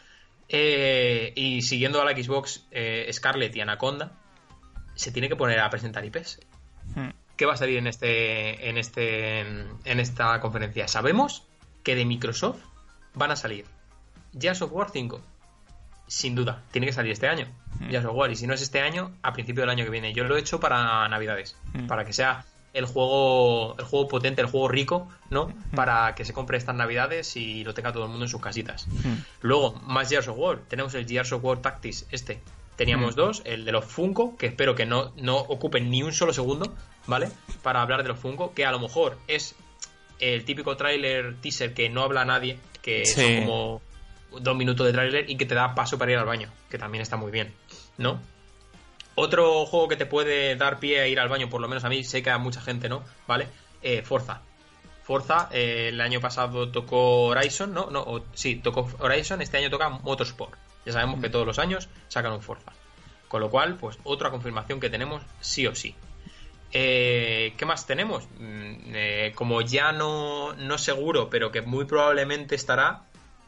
Y siguiendo a la Xbox Scarlett y Anaconda, se tiene que poner a presentar IPs. ¿Qué va a salir en esta conferencia? Sabemos que de Microsoft van a salir Gears of War 5. Sin duda, tiene que salir este año. Gears of War, y si no es este año, a principio del año que viene. Yo lo he hecho para Navidades, para que sea el juego potente, el juego rico, ¿no? Para que se compre estas Navidades y lo tenga todo el mundo en sus casitas. Luego, más Gears of War. Tenemos el Gears of War Tactics, Teníamos dos, el de los Funko, que espero que no ocupen ni un solo segundo, ¿vale? Para hablar de los Funko, que a lo mejor es el típico tráiler teaser que no habla nadie, que son como 2 minutos de tráiler y que te da paso para ir al baño, que también está muy bien, ¿no? Otro juego que te puede dar pie a ir al baño, por lo menos a mí, sé que a mucha gente no, ¿vale? Forza, el año pasado tocó Horizon, ¿no? Sí, tocó Horizon, este año toca Motorsport. Ya sabemos que todos los años sacan un Forza. Con lo cual, pues otra confirmación que tenemos sí o sí. ¿Qué más tenemos? Como ya no seguro, pero que muy probablemente estará.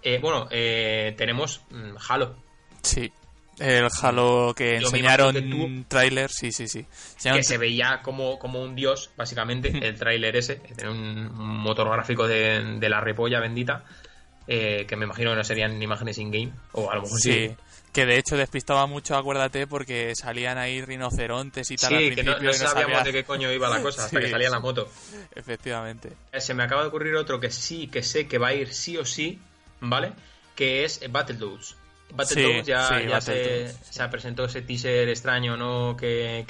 Tenemos Halo. Sí. El Halo que enseñaron que tráiler, sí. Que se veía como un dios, básicamente, el tráiler ese. Tiene un motor gráfico de la repolla bendita. Que me imagino que no serían imágenes in-game, o a lo mejor sí. Que de hecho despistaba mucho, acuérdate, porque salían ahí rinocerontes y tal. Sí, al que principio no y sabíamos de qué coño iba la cosa hasta que salía la moto. Efectivamente. Se me acaba de ocurrir otro que sí, que sé que va a ir sí o sí, ¿vale? Que es Battletoads. Battletoads ya se presentó ese teaser extraño, ¿no? Que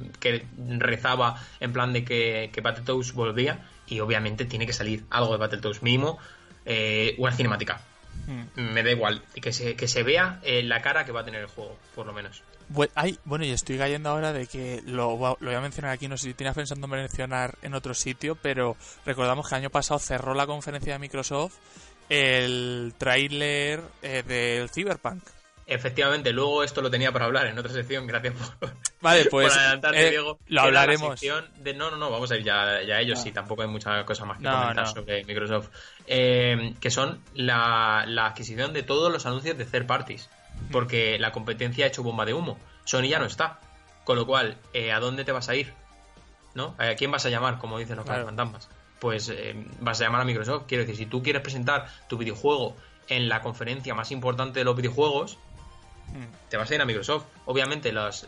rezaba en plan de que Battletoads volvía, y obviamente tiene que salir algo de Battletoads mínimo. Una cinemática. Me da igual que se vea la cara que va a tener el juego, por lo menos. Bueno, y estoy cayendo ahora de que lo voy a mencionar aquí, no sé si tienes pensando en mencionar en otro sitio, pero recordamos que el año pasado cerró la conferencia de Microsoft el tráiler del Cyberpunk. Efectivamente, luego esto lo tenía para hablar en otra sección, gracias por, vale, pues, por adelantarte, Diego. Lo hablaremos. La sección de, no, vamos a ir ya a ellos, sí, tampoco hay mucha cosa más que comentar sobre Microsoft. Que son la adquisición de todos los anuncios de third parties, porque la competencia ha hecho bomba de humo. Sony ya no está, con lo cual, ¿a dónde te vas a ir? ¿No? ¿A quién vas a llamar, como dicen los fantasmas? Pues vas a llamar a Microsoft. Quiero decir, si tú quieres presentar tu videojuego en la conferencia más importante de los videojuegos, te vas a ir a Microsoft. Obviamente las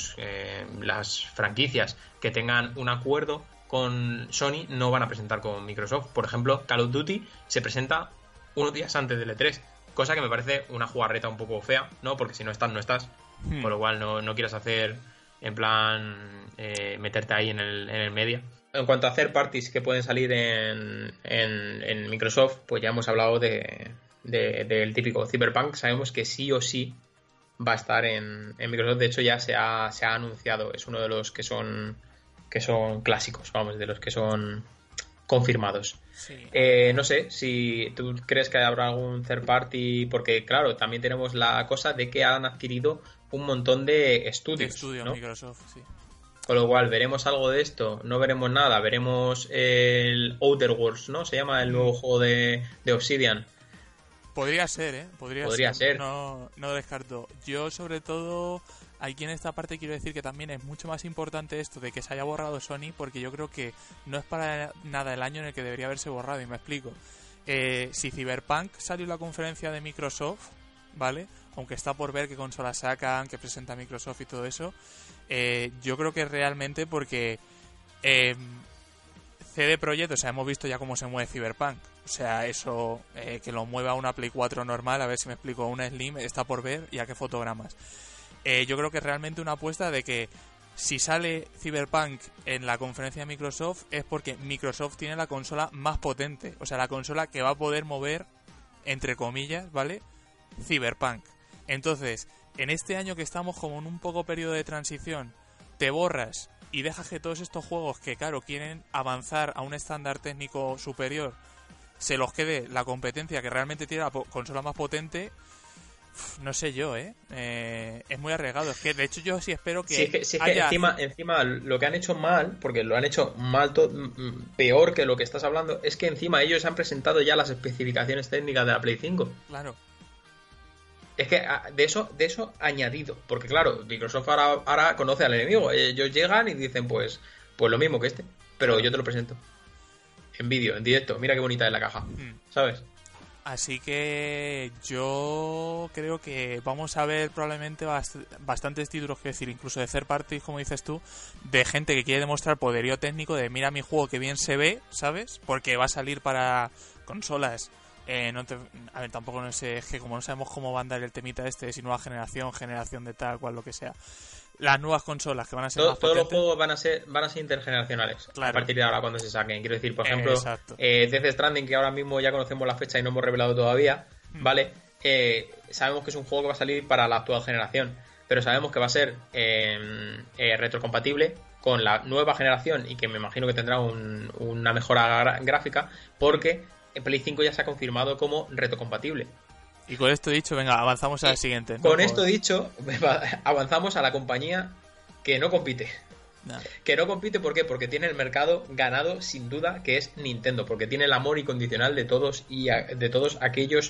franquicias que tengan un acuerdo con Sony no van a presentar con Microsoft. Por ejemplo, Call of Duty se presenta unos días antes del E3, cosa que me parece una jugarreta un poco fea, ¿no? Porque si no estás, no estás. Con lo cual no quieras hacer en plan meterte ahí en el medio. En cuanto a hacer parties que pueden salir en Microsoft, pues ya hemos hablado del típico Cyberpunk. Sabemos que sí o sí va a estar en Microsoft. De hecho, ya se ha anunciado. Es uno de los que son clásicos, vamos, de los que son confirmados. Sí. No sé si tú crees que habrá algún third party, porque claro, también tenemos la cosa de que han adquirido un montón de estudios, ¿no? Microsoft, sí. Con lo cual, veremos algo de esto, no veremos nada, veremos el Outer Worlds, ¿no? Se llama el nuevo juego de Obsidian. Podría ser, ¿eh? Podría ser. No descarto. Yo, sobre todo, aquí en esta parte quiero decir que también es mucho más importante esto de que se haya borrado Sony, porque yo creo que no es para nada el año en el que debería haberse borrado, y me explico. Si Cyberpunk salió en la conferencia de Microsoft, ¿vale? Aunque está por ver qué consolas sacan, qué presenta Microsoft y todo eso, yo creo que es realmente porque CD Projekt, o sea, hemos visto ya cómo se mueve Cyberpunk. O sea, eso, que lo mueva una Play 4 normal, a ver si me explico, una Slim, está por ver y a qué fotogramas. Yo creo que es realmente una apuesta de que si sale Cyberpunk en la conferencia de Microsoft es porque Microsoft tiene la consola más potente. O sea, la consola que va a poder mover, entre comillas, ¿vale? Cyberpunk. Entonces, en este año que estamos como en un poco periodo de transición, te borras y dejas que todos estos juegos que, claro, quieren avanzar a un estándar técnico superior, se los quede la competencia que realmente tiene la consola más potente. No sé yo, es muy arriesgado. Es que, de hecho, yo sí espero que... Sí, es que encima lo que han hecho mal, porque lo han hecho mal, peor que lo que estás hablando, es que encima ellos han presentado ya las especificaciones técnicas de la Play 5. Claro. Es que de eso añadido, porque claro, Microsoft ahora conoce al enemigo. Ellos llegan y dicen, pues lo mismo que este, pero yo te lo presento en vídeo, en directo. Mira qué bonita es la caja, ¿sabes? Así que yo creo que vamos a ver probablemente bastantes títulos, que decir, incluso de third parties, como dices tú, de gente que quiere demostrar poderío técnico, de mira mi juego que bien se ve, ¿sabes? Porque va a salir para consolas. A ver, tampoco no sé, es que como no sabemos cómo va a andar el temita este, si nueva generación de tal cual, lo que sea. Las nuevas consolas que van a ser más todos potentes. los juegos van a ser intergeneracionales, claro, a partir de ahora cuando se saquen. Quiero decir, por ejemplo, Death Stranding, que ahora mismo ya conocemos la fecha y no hemos revelado todavía, ¿vale? Sabemos que es un juego que va a salir para la actual generación, pero sabemos que va a ser retrocompatible con la nueva generación y que me imagino que tendrá una mejora gráfica, porque en Play 5 ya se ha confirmado como retrocompatible. Y con esto dicho, venga, avanzamos a la siguiente. Con esto dicho, avanzamos a la compañía que no compite. No. Que no compite, ¿por qué? Porque tiene el mercado ganado, sin duda, que es Nintendo. Porque tiene el amor incondicional de todos y de todos aquellos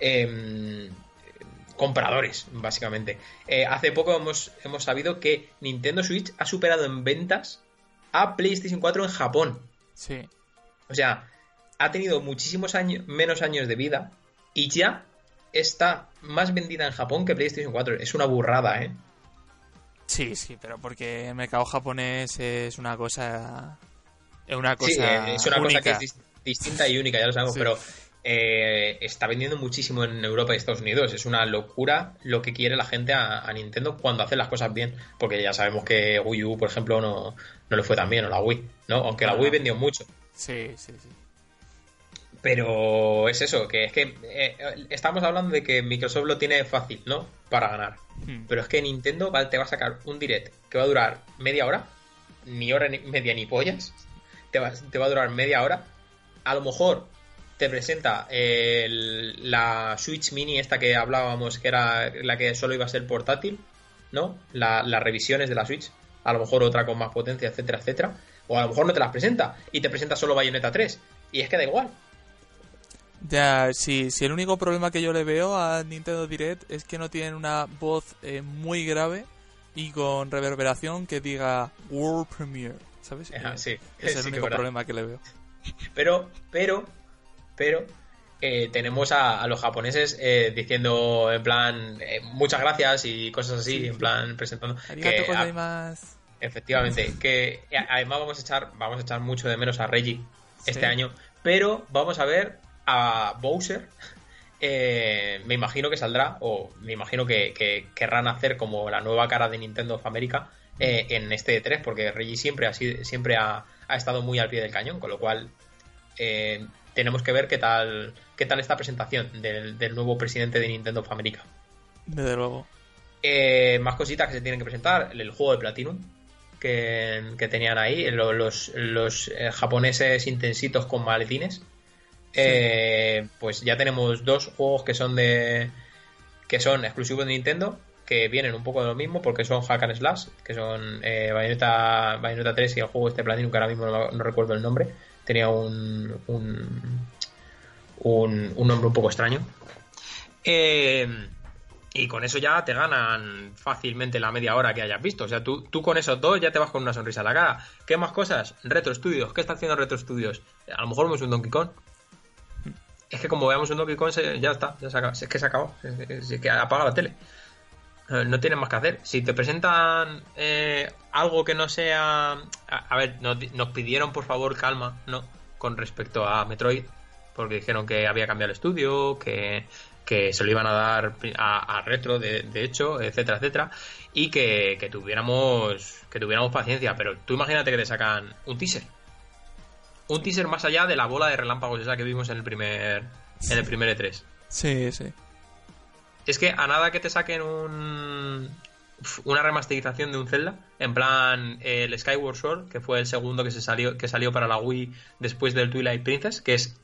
compradores, básicamente. Hace poco hemos sabido que Nintendo Switch ha superado en ventas a PlayStation 4 en Japón. Sí. O sea, ha tenido muchísimos menos años de vida y ya está más vendida en Japón que PlayStation 4. Es una burrada, ¿eh? Sí, pero porque el mercado japonés es una cosa... Es una cosa única. Que es distinta y única, ya lo sabemos, sí. Pero está vendiendo muchísimo en Europa y Estados Unidos. Es una locura lo que quiere la gente a Nintendo cuando hace las cosas bien. Porque ya sabemos que Wii U, por ejemplo, no le fue tan bien, o la Wii, ¿no? Aunque la Wii vendió mucho. Sí. Pero es eso, que es que estamos hablando de que Microsoft lo tiene fácil, ¿no? Para ganar. Pero es que Nintendo te va a sacar un direct que va a durar media hora, ni hora ni media ni pollas. Te va a durar media hora. A lo mejor te presenta la Switch Mini esta que hablábamos, que era la que solo iba a ser portátil, ¿no? Las revisiones de la Switch. A lo mejor otra con más potencia, etcétera, etcétera. O a lo mejor no te las presenta y te presenta solo Bayonetta 3. Y es que da igual. Ya, si el único problema que yo le veo a Nintendo Direct es que no tienen una voz muy grave y con reverberación que diga World Premiere, ¿sabes? Sí, es el único problema que le veo. Pero tenemos a los japoneses diciendo en plan muchas gracias y cosas así, en plan presentando arigato gozaimasu. Efectivamente, que además vamos a echar mucho de menos a Reggie este año, pero vamos a ver a Bowser me imagino que saldrá, o me imagino que querrán hacer como la nueva cara de Nintendo of America en este E3, porque Reggie siempre ha estado muy al pie del cañón, con lo cual tenemos que ver qué tal esta presentación del nuevo presidente de Nintendo of America. Desde luego. Más cositas que se tienen que presentar, el juego de Platinum que tenían ahí, los japoneses intensitos con maletines. Pues ya tenemos 2 juegos que son exclusivos de Nintendo, que vienen un poco de lo mismo porque son hack and slash, que son Bayonetta 3 y el juego este Platinum, que ahora mismo no recuerdo el nombre, tenía un nombre un poco extraño. Y con eso ya te ganan fácilmente la media hora que hayas visto. O sea, tú con esos 2 ya te vas con una sonrisa en la cara. ¿Qué más cosas? Retro Studios. ¿Qué está haciendo Retro Studios? A lo mejor vemos un Donkey Kong. Es que como veamos un Donkey Kong, ya está. Ya se acaba. Es que se acabó. Es que apaga la tele. No tienen más que hacer. Si te presentan algo que no sea... A ver, nos pidieron por favor calma, ¿no? Con respecto a Metroid. Porque dijeron que había cambiado el estudio, que se lo iban a dar a Retro, de hecho, etcétera, etcétera, y que tuviéramos paciencia. Pero tú imagínate que te sacan un teaser más allá de la bola de relámpagos esa que vimos en el primer E3. Sí. Es que a nada que te saquen una remasterización de un Zelda, en plan el Skyward Sword, que fue el segundo que salió para la Wii después del Twilight Princess, que es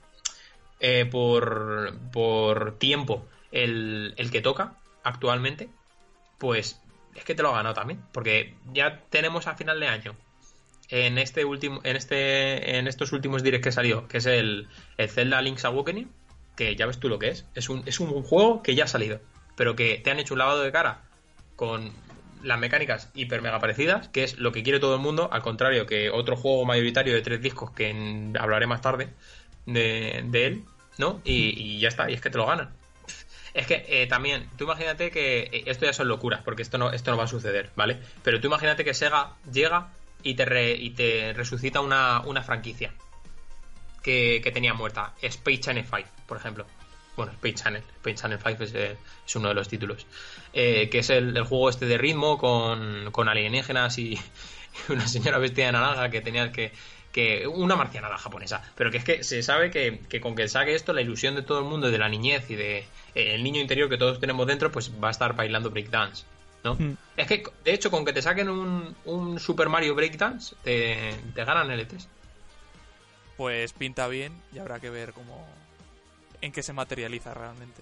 por tiempo el que toca actualmente, pues es que te lo ha ganado también, porque ya tenemos a final de año en estos últimos directs que salió, que es el Zelda Link's Awakening, que ya ves tú lo que es un juego que ya ha salido, pero que te han hecho un lavado de cara con las mecánicas hiper mega parecidas, que es lo que quiere todo el mundo, al contrario que otro juego mayoritario de 3 discos que hablaré más tarde de él, ¿no? Y ya está, y es que te lo ganan. Es que también, tú imagínate que esto ya son locuras, porque esto no va a suceder, ¿vale? Pero tú imagínate que Sega llega y te resucita una franquicia que tenía muerta, Space Channel 5, por ejemplo. Bueno, Space Channel 5 es uno de los títulos, que es el juego este de ritmo con alienígenas y una señora vestida de naranja que tenía que una marcianada japonesa, pero que es que se sabe que con que saque esto, la ilusión de todo el mundo, de la niñez y de el niño interior que todos tenemos dentro, pues va a estar bailando breakdance, ¿no? Es que, de hecho, con que te saquen un Super Mario Breakdance, te ganan el E3. Pues pinta bien y habrá que ver en qué se materializa realmente.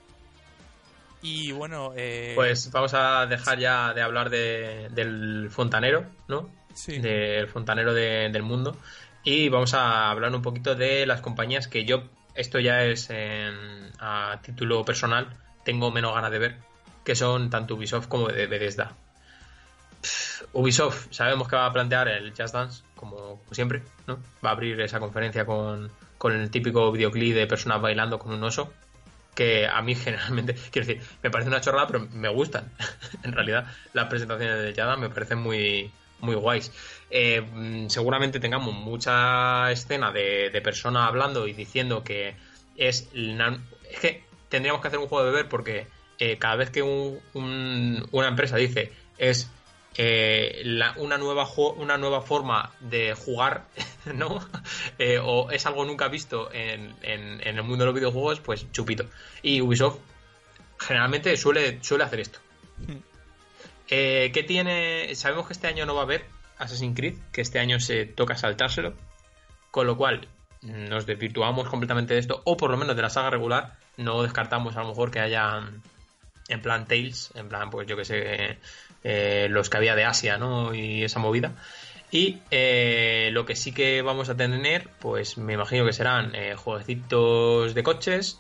Y bueno, pues vamos a dejar ya de hablar del fontanero, ¿no? Sí. Del fontanero del mundo, y vamos a hablar un poquito de las compañías que esto ya es a título personal, tengo menos ganas de ver, que son tanto Ubisoft como de Bethesda. Ubisoft sabemos que va a plantear el Just Dance como siempre, ¿no? Va a abrir esa conferencia con el típico videoclip de personas bailando con un oso, que a mí generalmente, quiero decir, me parece una chorrada, pero me gustan. En realidad las presentaciones de Just Dance me parecen muy guays. Seguramente tengamos mucha escena de personas hablando y diciendo que es que tendríamos que hacer un juego de ver, porque cada vez que una empresa dice es una nueva forma de jugar, ¿no? O es algo nunca visto en el mundo de los videojuegos, pues chupito. Y Ubisoft generalmente suele hacer esto. ¿Qué tiene? Sabemos que este año no va a haber Assassin's Creed, que este año se toca saltárselo, con lo cual nos desvirtuamos completamente de esto, o por lo menos de la saga regular. No descartamos a lo mejor que haya en plan Tales, en plan, pues yo que sé, los que había de Asia, ¿no? Y esa movida. Y lo que sí que vamos a tener, pues me imagino que serán jueguecitos de coches,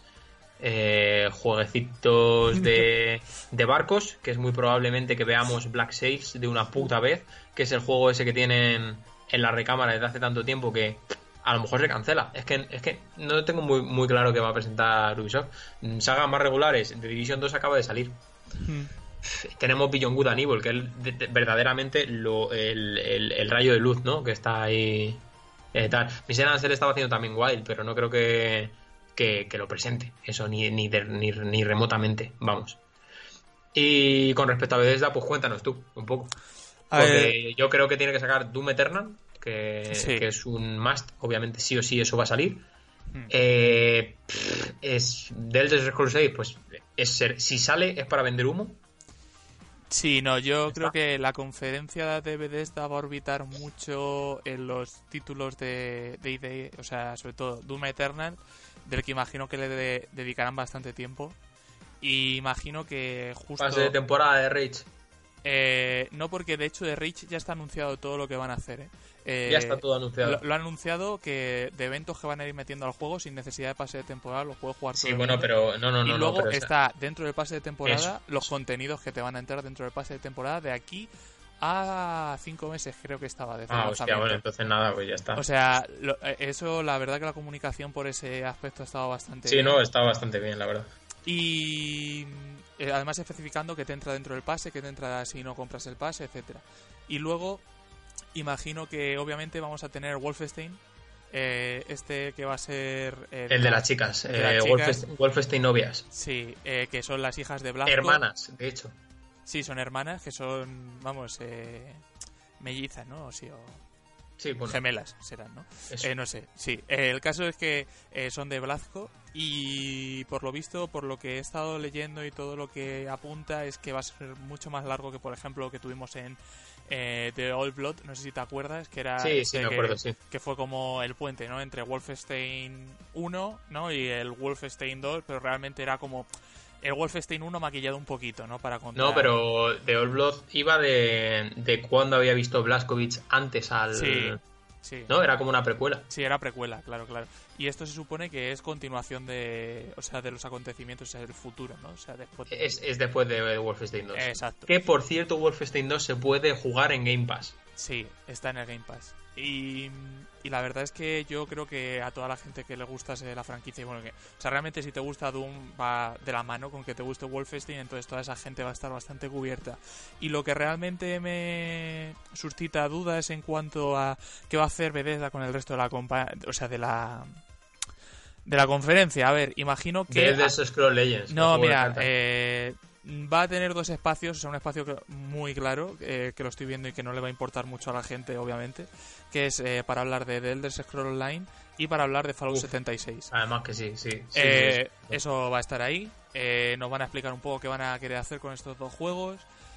jueguecitos de barcos, que es muy probablemente que veamos Black Sails de una puta vez, que es el juego ese que tienen en la recámara desde hace tanto tiempo que a lo mejor se cancela. Es que no tengo muy claro qué va a presentar Ubisoft. Sagas más regulares, The Division 2 acaba de salir. Tenemos Beyond Good and Evil, que es verdaderamente el rayo de luz, ¿no? Que está ahí tal. Miss Ansel estaba haciendo también Wild, pero no creo que que lo presente. Eso ni remotamente, vamos. Y con respecto a Bethesda, pues cuéntanos tú un poco. Porque yo creo que tiene que sacar Doom Eternal, que es un must. Obviamente sí o sí eso va a salir. Es del Elder Scrolls 6, pues si sale es para vender humo. Sí, no, yo creo que la conferencia de Bethesda va a orbitar mucho en los títulos de ID, o sea, sobre todo Doom Eternal, del que imagino que le dedicarán bastante tiempo. Y imagino que justo... Pase de temporada de Rage. No, porque de hecho de Rage ya está anunciado todo lo que van a hacer, ya está todo anunciado. Lo han anunciado que de eventos que van a ir metiendo al juego sin necesidad de pase de temporada los puedes jugar todo. Sí, bueno, pero no. Y luego pero está dentro del pase de temporada los contenidos que te van a entrar dentro del pase de temporada de aquí a 5 meses, creo que estaba. Hostia, bueno, entonces nada, pues ya está. O sea, eso, la verdad que la comunicación por ese aspecto ha estado bastante bien. Sí, no, está bastante bien, la verdad. Y además especificando que te entra dentro del pase, que te entra si no compras el pase, etcétera. Y luego imagino que obviamente vamos a tener Wolfenstein, que va a ser el de las chicas, Wolfenstein novias. Sí, que son las hijas de Blasco. Hermanas, de hecho. Sí, son hermanas, que son, vamos, mellizas, ¿no? Sí, sí, bueno. Gemelas serán, ¿no? No sé, sí. El caso es que son de Blasco y por lo visto, por lo que he estado leyendo y todo lo que apunta es que va a ser mucho más largo que, por ejemplo, lo que tuvimos en The Old Blood, no sé si te acuerdas, que era sí, me acuerdo, sí. Que fue como el puente, ¿no? Entre Wolfenstein 1, ¿no? Y el Wolfenstein 2, pero realmente era como el Wolfenstein 1 maquillado un poquito, ¿no? Para contar. No, pero The Old Blood iba de cuando había visto Blazkowicz antes al... Sí. ¿No? Era como una precuela. Sí, era precuela, claro. Y esto se supone que es continuación de los acontecimientos, o sea, del futuro, ¿no? O sea, después es después de Wolfenstein 2. Exacto. Que, por cierto, Wolfenstein 2 se puede jugar en Game Pass. Sí, está en el Game Pass. Y la verdad es que yo creo que a toda la gente que le gusta la franquicia, y bueno, o sea, realmente si te gusta Doom va de la mano con que te guste Wolfenstein, entonces toda esa gente va a estar bastante cubierta. Y lo que realmente me suscita dudas en cuanto a qué va a hacer Bethesda con el resto de la conferencia. A ver, imagino que... De esos Scroll Legends. No, mira, va a tener dos espacios, o sea, un espacio muy claro, que lo estoy viendo y que no le va a importar mucho a la gente, obviamente, que es para hablar de The Elder Scrolls Online y para hablar de Fallout 76. Además que sí. Eso va a estar ahí. Nos van a explicar un poco qué van a querer hacer con estos dos juegos.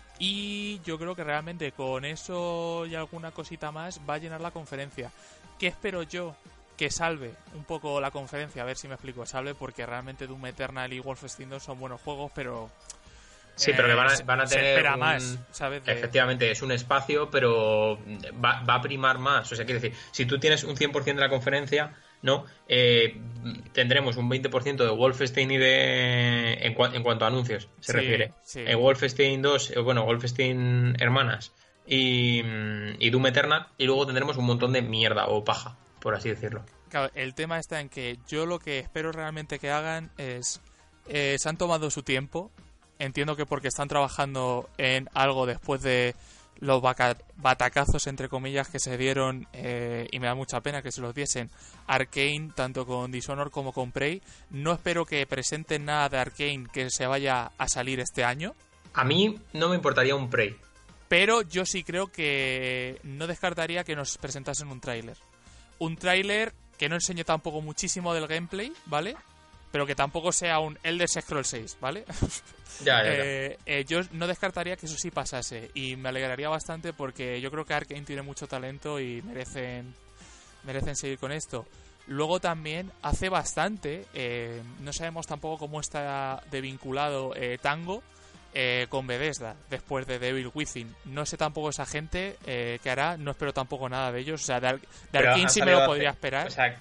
Y yo creo que realmente con eso y alguna cosita más va a llenar la conferencia. ¿Qué espero yo? Que salve un poco la conferencia, a ver si me explico. Salve porque realmente Doom Eternal y Wolfenstein 2 son buenos juegos, pero... Sí, pero que van a tener más, ¿sabes? Efectivamente, es un espacio, pero va a primar más. O sea, quiero decir, si tú tienes un 100% de la conferencia, ¿no? Tendremos un 20% de Wolfenstein y en cuanto a anuncios se refiere. Sí. Wolfenstein 2, Wolfenstein Hermanas y Doom Eternal, y luego tendremos un montón de mierda o paja, por así decirlo. Claro, el tema está en que yo lo que espero realmente que hagan es... se han tomado su tiempo. Entiendo que porque están trabajando en algo después de los batacazos, entre comillas, que se dieron, y me da mucha pena que se los diesen Arcane, tanto con Dishonored como con Prey. No espero que presenten nada de Arcane que se vaya a salir este año. A mí no me importaría un Prey. Pero yo sí creo que no descartaría que nos presentasen un tráiler. Un tráiler que no enseñe tampoco muchísimo del gameplay, ¿vale? Pero que tampoco sea un Elder Scrolls 6, ¿vale? Ya. Yo no descartaría que eso sí pasase y me alegraría bastante porque yo creo que Arkane tiene mucho talento y merecen seguir con esto. Luego también hace bastante, no sabemos tampoco cómo está de vinculado Tango con Bethesda después de Devil Within. No sé tampoco esa gente qué hará, no espero tampoco nada de ellos. O sea, de Arkane sí me lo podría esperar. O sea,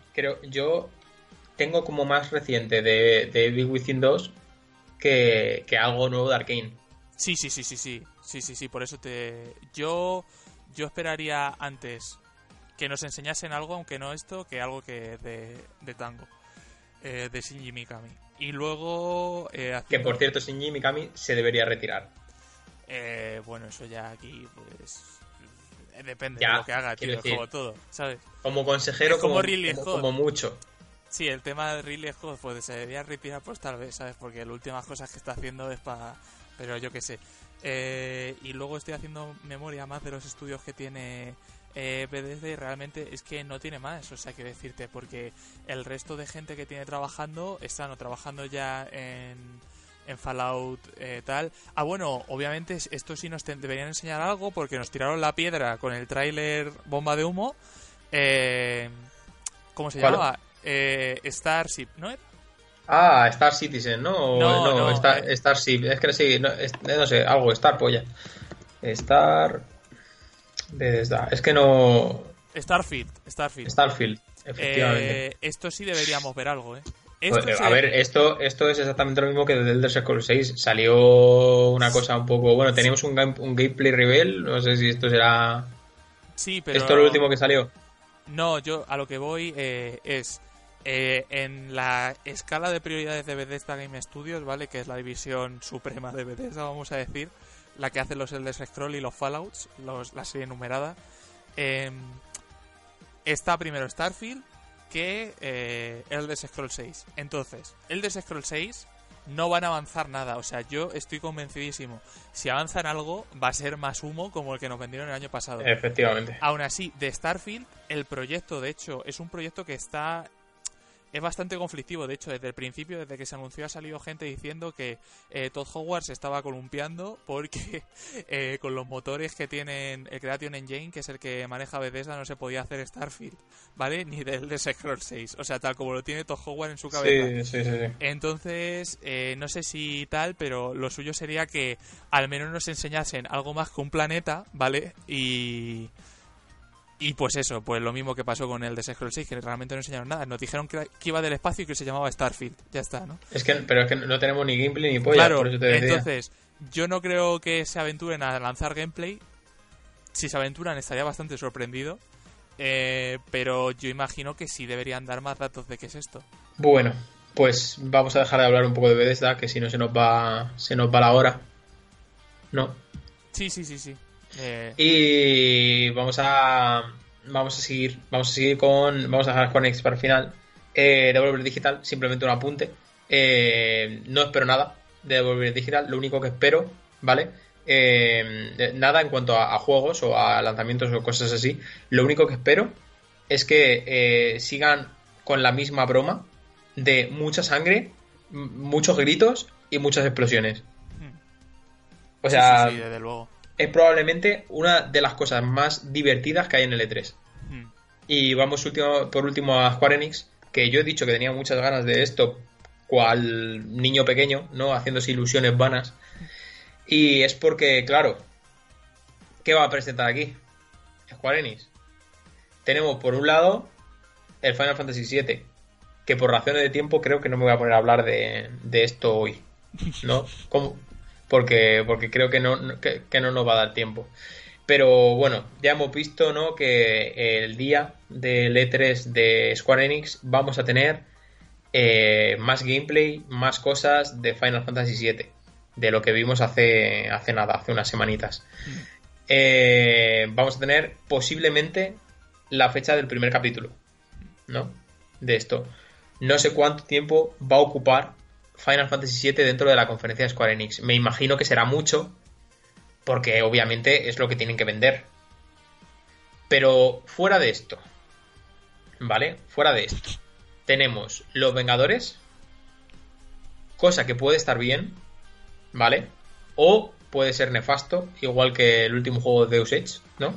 yo tengo como más reciente de Devil Within 2 que algo nuevo de Arkane. Sí, por eso yo esperaría antes que nos enseñasen algo, aunque no esto, que algo que de Tango, de Shinji Mikami. Y luego que por cierto Shinji Mikami se debería retirar. Bueno, eso ya aquí pues depende ya, de lo que haga, tío, como todo, ¿sabes? Como consejero, como Ridley Scott. Como mucho. Sí, el tema de Ridley Scott, pues se debería retirar, pues tal vez, ¿sabes? Porque las últimas cosas que está haciendo es para... Pero yo qué sé. Y luego estoy haciendo memoria más de los estudios que tiene Bethesda y realmente es que no tiene más, o sea, que decirte, porque el resto de gente que tiene trabajando están o trabajando ya en Fallout tal. Bueno, obviamente esto sí nos deberían enseñar algo porque nos tiraron la piedra con el tráiler bomba de humo. ¿Cómo se llamaba? Starship, ¿no? Star Citizen, ¿no? No. Starship, es que sí, no sé, algo, Star Polla. Star... Es que no... Starfield. Starfield, efectivamente. Esto sí deberíamos ver algo, ¿eh? A ver, esto es exactamente lo mismo que desde Elder Scrolls 6. Salió una cosa un poco... Bueno, teníamos un gameplay reveal. No sé si esto será... Sí, pero... ¿Esto es lo último que salió? No, yo a lo que voy es... en la escala de prioridades de Bethesda Game Studios, ¿vale? Que es la división suprema de Bethesda, vamos a decir. La que hace los Elder Scrolls y los Fallouts, la serie numerada. Está primero Starfield que Elder Scrolls 6. Entonces, Elder Scrolls 6 no van a avanzar nada. O sea, yo estoy convencidísimo. Si avanzan algo, va a ser más humo como el que nos vendieron el año pasado. Efectivamente. Aún así, de Starfield, el proyecto, de hecho, es un proyecto que está... Es bastante conflictivo, de hecho, desde el principio, desde que se anunció, ha salido gente diciendo que Todd Howard se estaba columpiando porque con los motores que tienen el Creation Engine, que es el que maneja Bethesda, no se podía hacer Starfield, ¿vale? Ni del de Scrolls 6, o sea, tal como lo tiene Todd Howard en su cabeza. Sí. Entonces, no sé si tal, pero lo suyo sería que al menos nos enseñasen algo más que un planeta, ¿vale? Y pues eso, pues lo mismo que pasó con el de Scrolls 6, que realmente no enseñaron nada. Nos dijeron que iba del espacio y que se llamaba Starfield. Ya está, ¿no? Pero es que no tenemos ni gameplay ni polla, claro, por eso te decía. Entonces, yo no creo que se aventuren a lanzar gameplay. Si se aventuran estaría bastante sorprendido. Pero yo imagino que sí deberían dar más datos de qué es esto. Bueno, pues vamos a dejar de hablar un poco de Bethesda, que si no se nos va la hora. ¿No? Sí. Y vamos a seguir vamos a dejar Square Enix para el final. Devolver Digital, simplemente un apunte. No espero nada de Devolver Digital, lo único que espero, ¿vale? Nada en cuanto a juegos o a lanzamientos o cosas así. Lo único que espero es que sigan con la misma broma de mucha sangre, muchos gritos y muchas explosiones. O sea, sí, desde luego. Es probablemente una de las cosas más divertidas que hay en el E3. Y vamos por último a Square Enix, que yo he dicho que tenía muchas ganas de esto, cual niño pequeño, ¿no? Haciéndose ilusiones vanas. Y es porque, claro, ¿qué va a presentar aquí? Square Enix. Tenemos por un lado el Final Fantasy VII, que por razones de tiempo creo que no me voy a poner a hablar de esto hoy, ¿no? Porque creo que no nos va a dar tiempo. Pero bueno, ya hemos visto, ¿no?, que el día del E3 de Square Enix vamos a tener más gameplay, más cosas de Final Fantasy VII, de lo que vimos hace nada, hace unas semanitas. Vamos a tener posiblemente la fecha del primer capítulo, ¿no?, de esto. No sé cuánto tiempo va a ocupar Final Fantasy VII dentro de la conferencia de Square Enix. Me imagino que será mucho, porque obviamente es lo que tienen que vender. Pero fuera de esto, ¿vale? Fuera de esto, tenemos Los Vengadores, cosa que puede estar bien, ¿vale? O puede ser nefasto, igual que el último juego de Deus Ex, ¿no?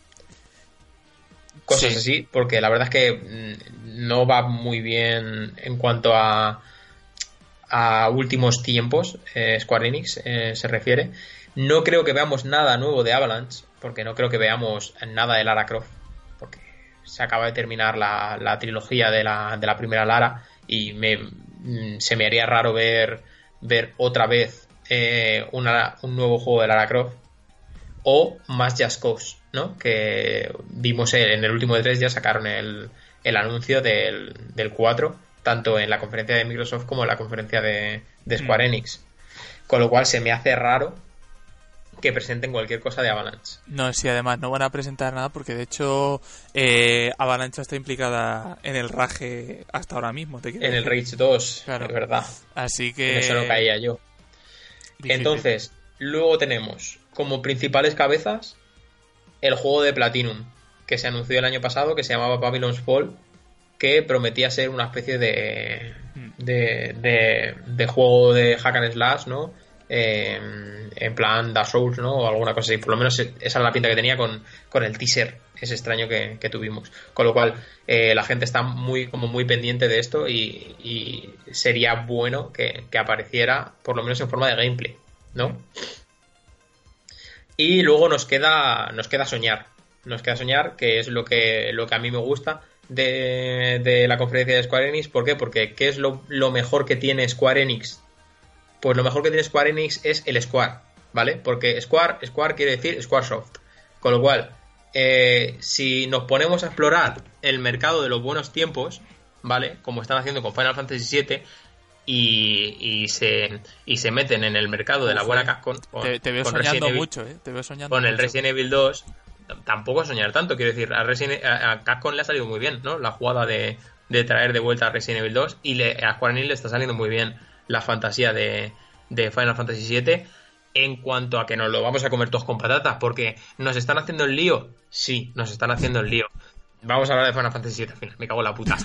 Cosas así, porque la verdad es que no va muy bien en cuanto a últimos tiempos, Square Enix se refiere. No creo que veamos nada nuevo de Avalanche, porque no creo que veamos nada de Lara Croft, porque se acaba de terminar la trilogía de la primera Lara y se me haría raro ver otra vez un nuevo juego de Lara Croft, o más Just Cause, ¿no? Que vimos en el último de 3, ya sacaron el anuncio del 4, tanto en la conferencia de Microsoft como en la conferencia de Square Enix, con lo cual se me hace raro que presenten cualquier cosa de Avalanche. No, sí, además no van a presentar nada porque de hecho Avalanche está implicada en el Rage hasta ahora mismo. En el Rage 2, claro. Es verdad. Así que... En eso no caía yo. Difícil. Entonces, luego tenemos como principales cabezas el juego de Platinum, que se anunció el año pasado, que se llamaba Babylon's Fall, que prometía ser una especie de juego de hack and slash, ¿no? En plan Dark Souls, ¿no? O alguna cosa así. Por lo menos esa es la pinta que tenía con el teaser ese extraño que tuvimos. Con lo cual, la gente está muy pendiente de esto y sería bueno que apareciera, por lo menos en forma de gameplay, ¿no? Y luego nos queda soñar. Nos queda soñar, que es lo que a mí me gusta de la conferencia de Square Enix. ¿Por qué? Porque ¿qué es lo mejor que tiene Square Enix? Pues lo mejor que tiene Square Enix es el Square, ¿vale? Porque Square quiere decir Squaresoft. Con lo cual, si nos ponemos a explorar el mercado de los buenos tiempos, ¿vale? Como están haciendo con Final Fantasy VII y se meten en el mercado de la buena Capcom. Te veo soñando mucho, ¿eh? Te veo soñando con mucho. El Resident Evil 2, tampoco soñar tanto, quiero decir, a Capcom le ha salido muy bien, ¿no? La jugada de traer de vuelta a Resident Evil 2 y a Square Enix le está saliendo muy bien la fantasía de Final Fantasy VII, en cuanto a que nos lo vamos a comer todos con patatas, porque nos están haciendo el lío. Sí, nos están haciendo el lío. Vamos a hablar de Final Fantasy VII al final, me cago en la puta.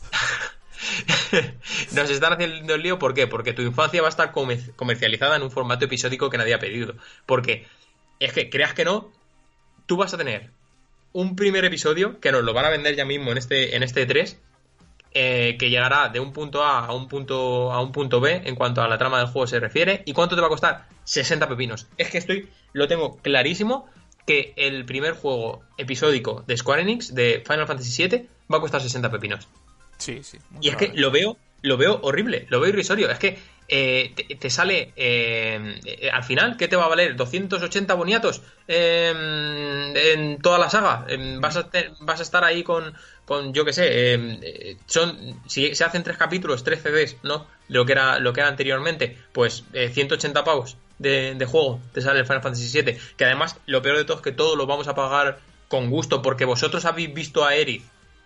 Nos están haciendo el lío, ¿por qué? Porque tu infancia va a estar comercializada en un formato episódico que nadie ha pedido. Porque es que, creas que no, tú vas a tener un primer episodio que nos lo van a vender ya mismo en este E3, que llegará de un punto A a un punto B en cuanto a la trama del juego se refiere. ¿Y cuánto te va a costar? 60 pepinos. Es que lo tengo clarísimo, que el primer juego episódico de Square Enix de Final Fantasy VII va a costar 60 pepinos. Sí. Y es que lo veo horrible, lo veo irrisorio. Es que te sale al final, ¿qué te va a valer? 280 boniatos en toda la saga. Vas a estar ahí con yo que sé, si se hacen 3 capítulos, 3 CDs, ¿no? Lo que era anteriormente, pues 180 pavos de juego te sale el Final Fantasy VII. Que además, lo peor de todo es que todo lo vamos a pagar con gusto, porque vosotros habéis visto a Aerith.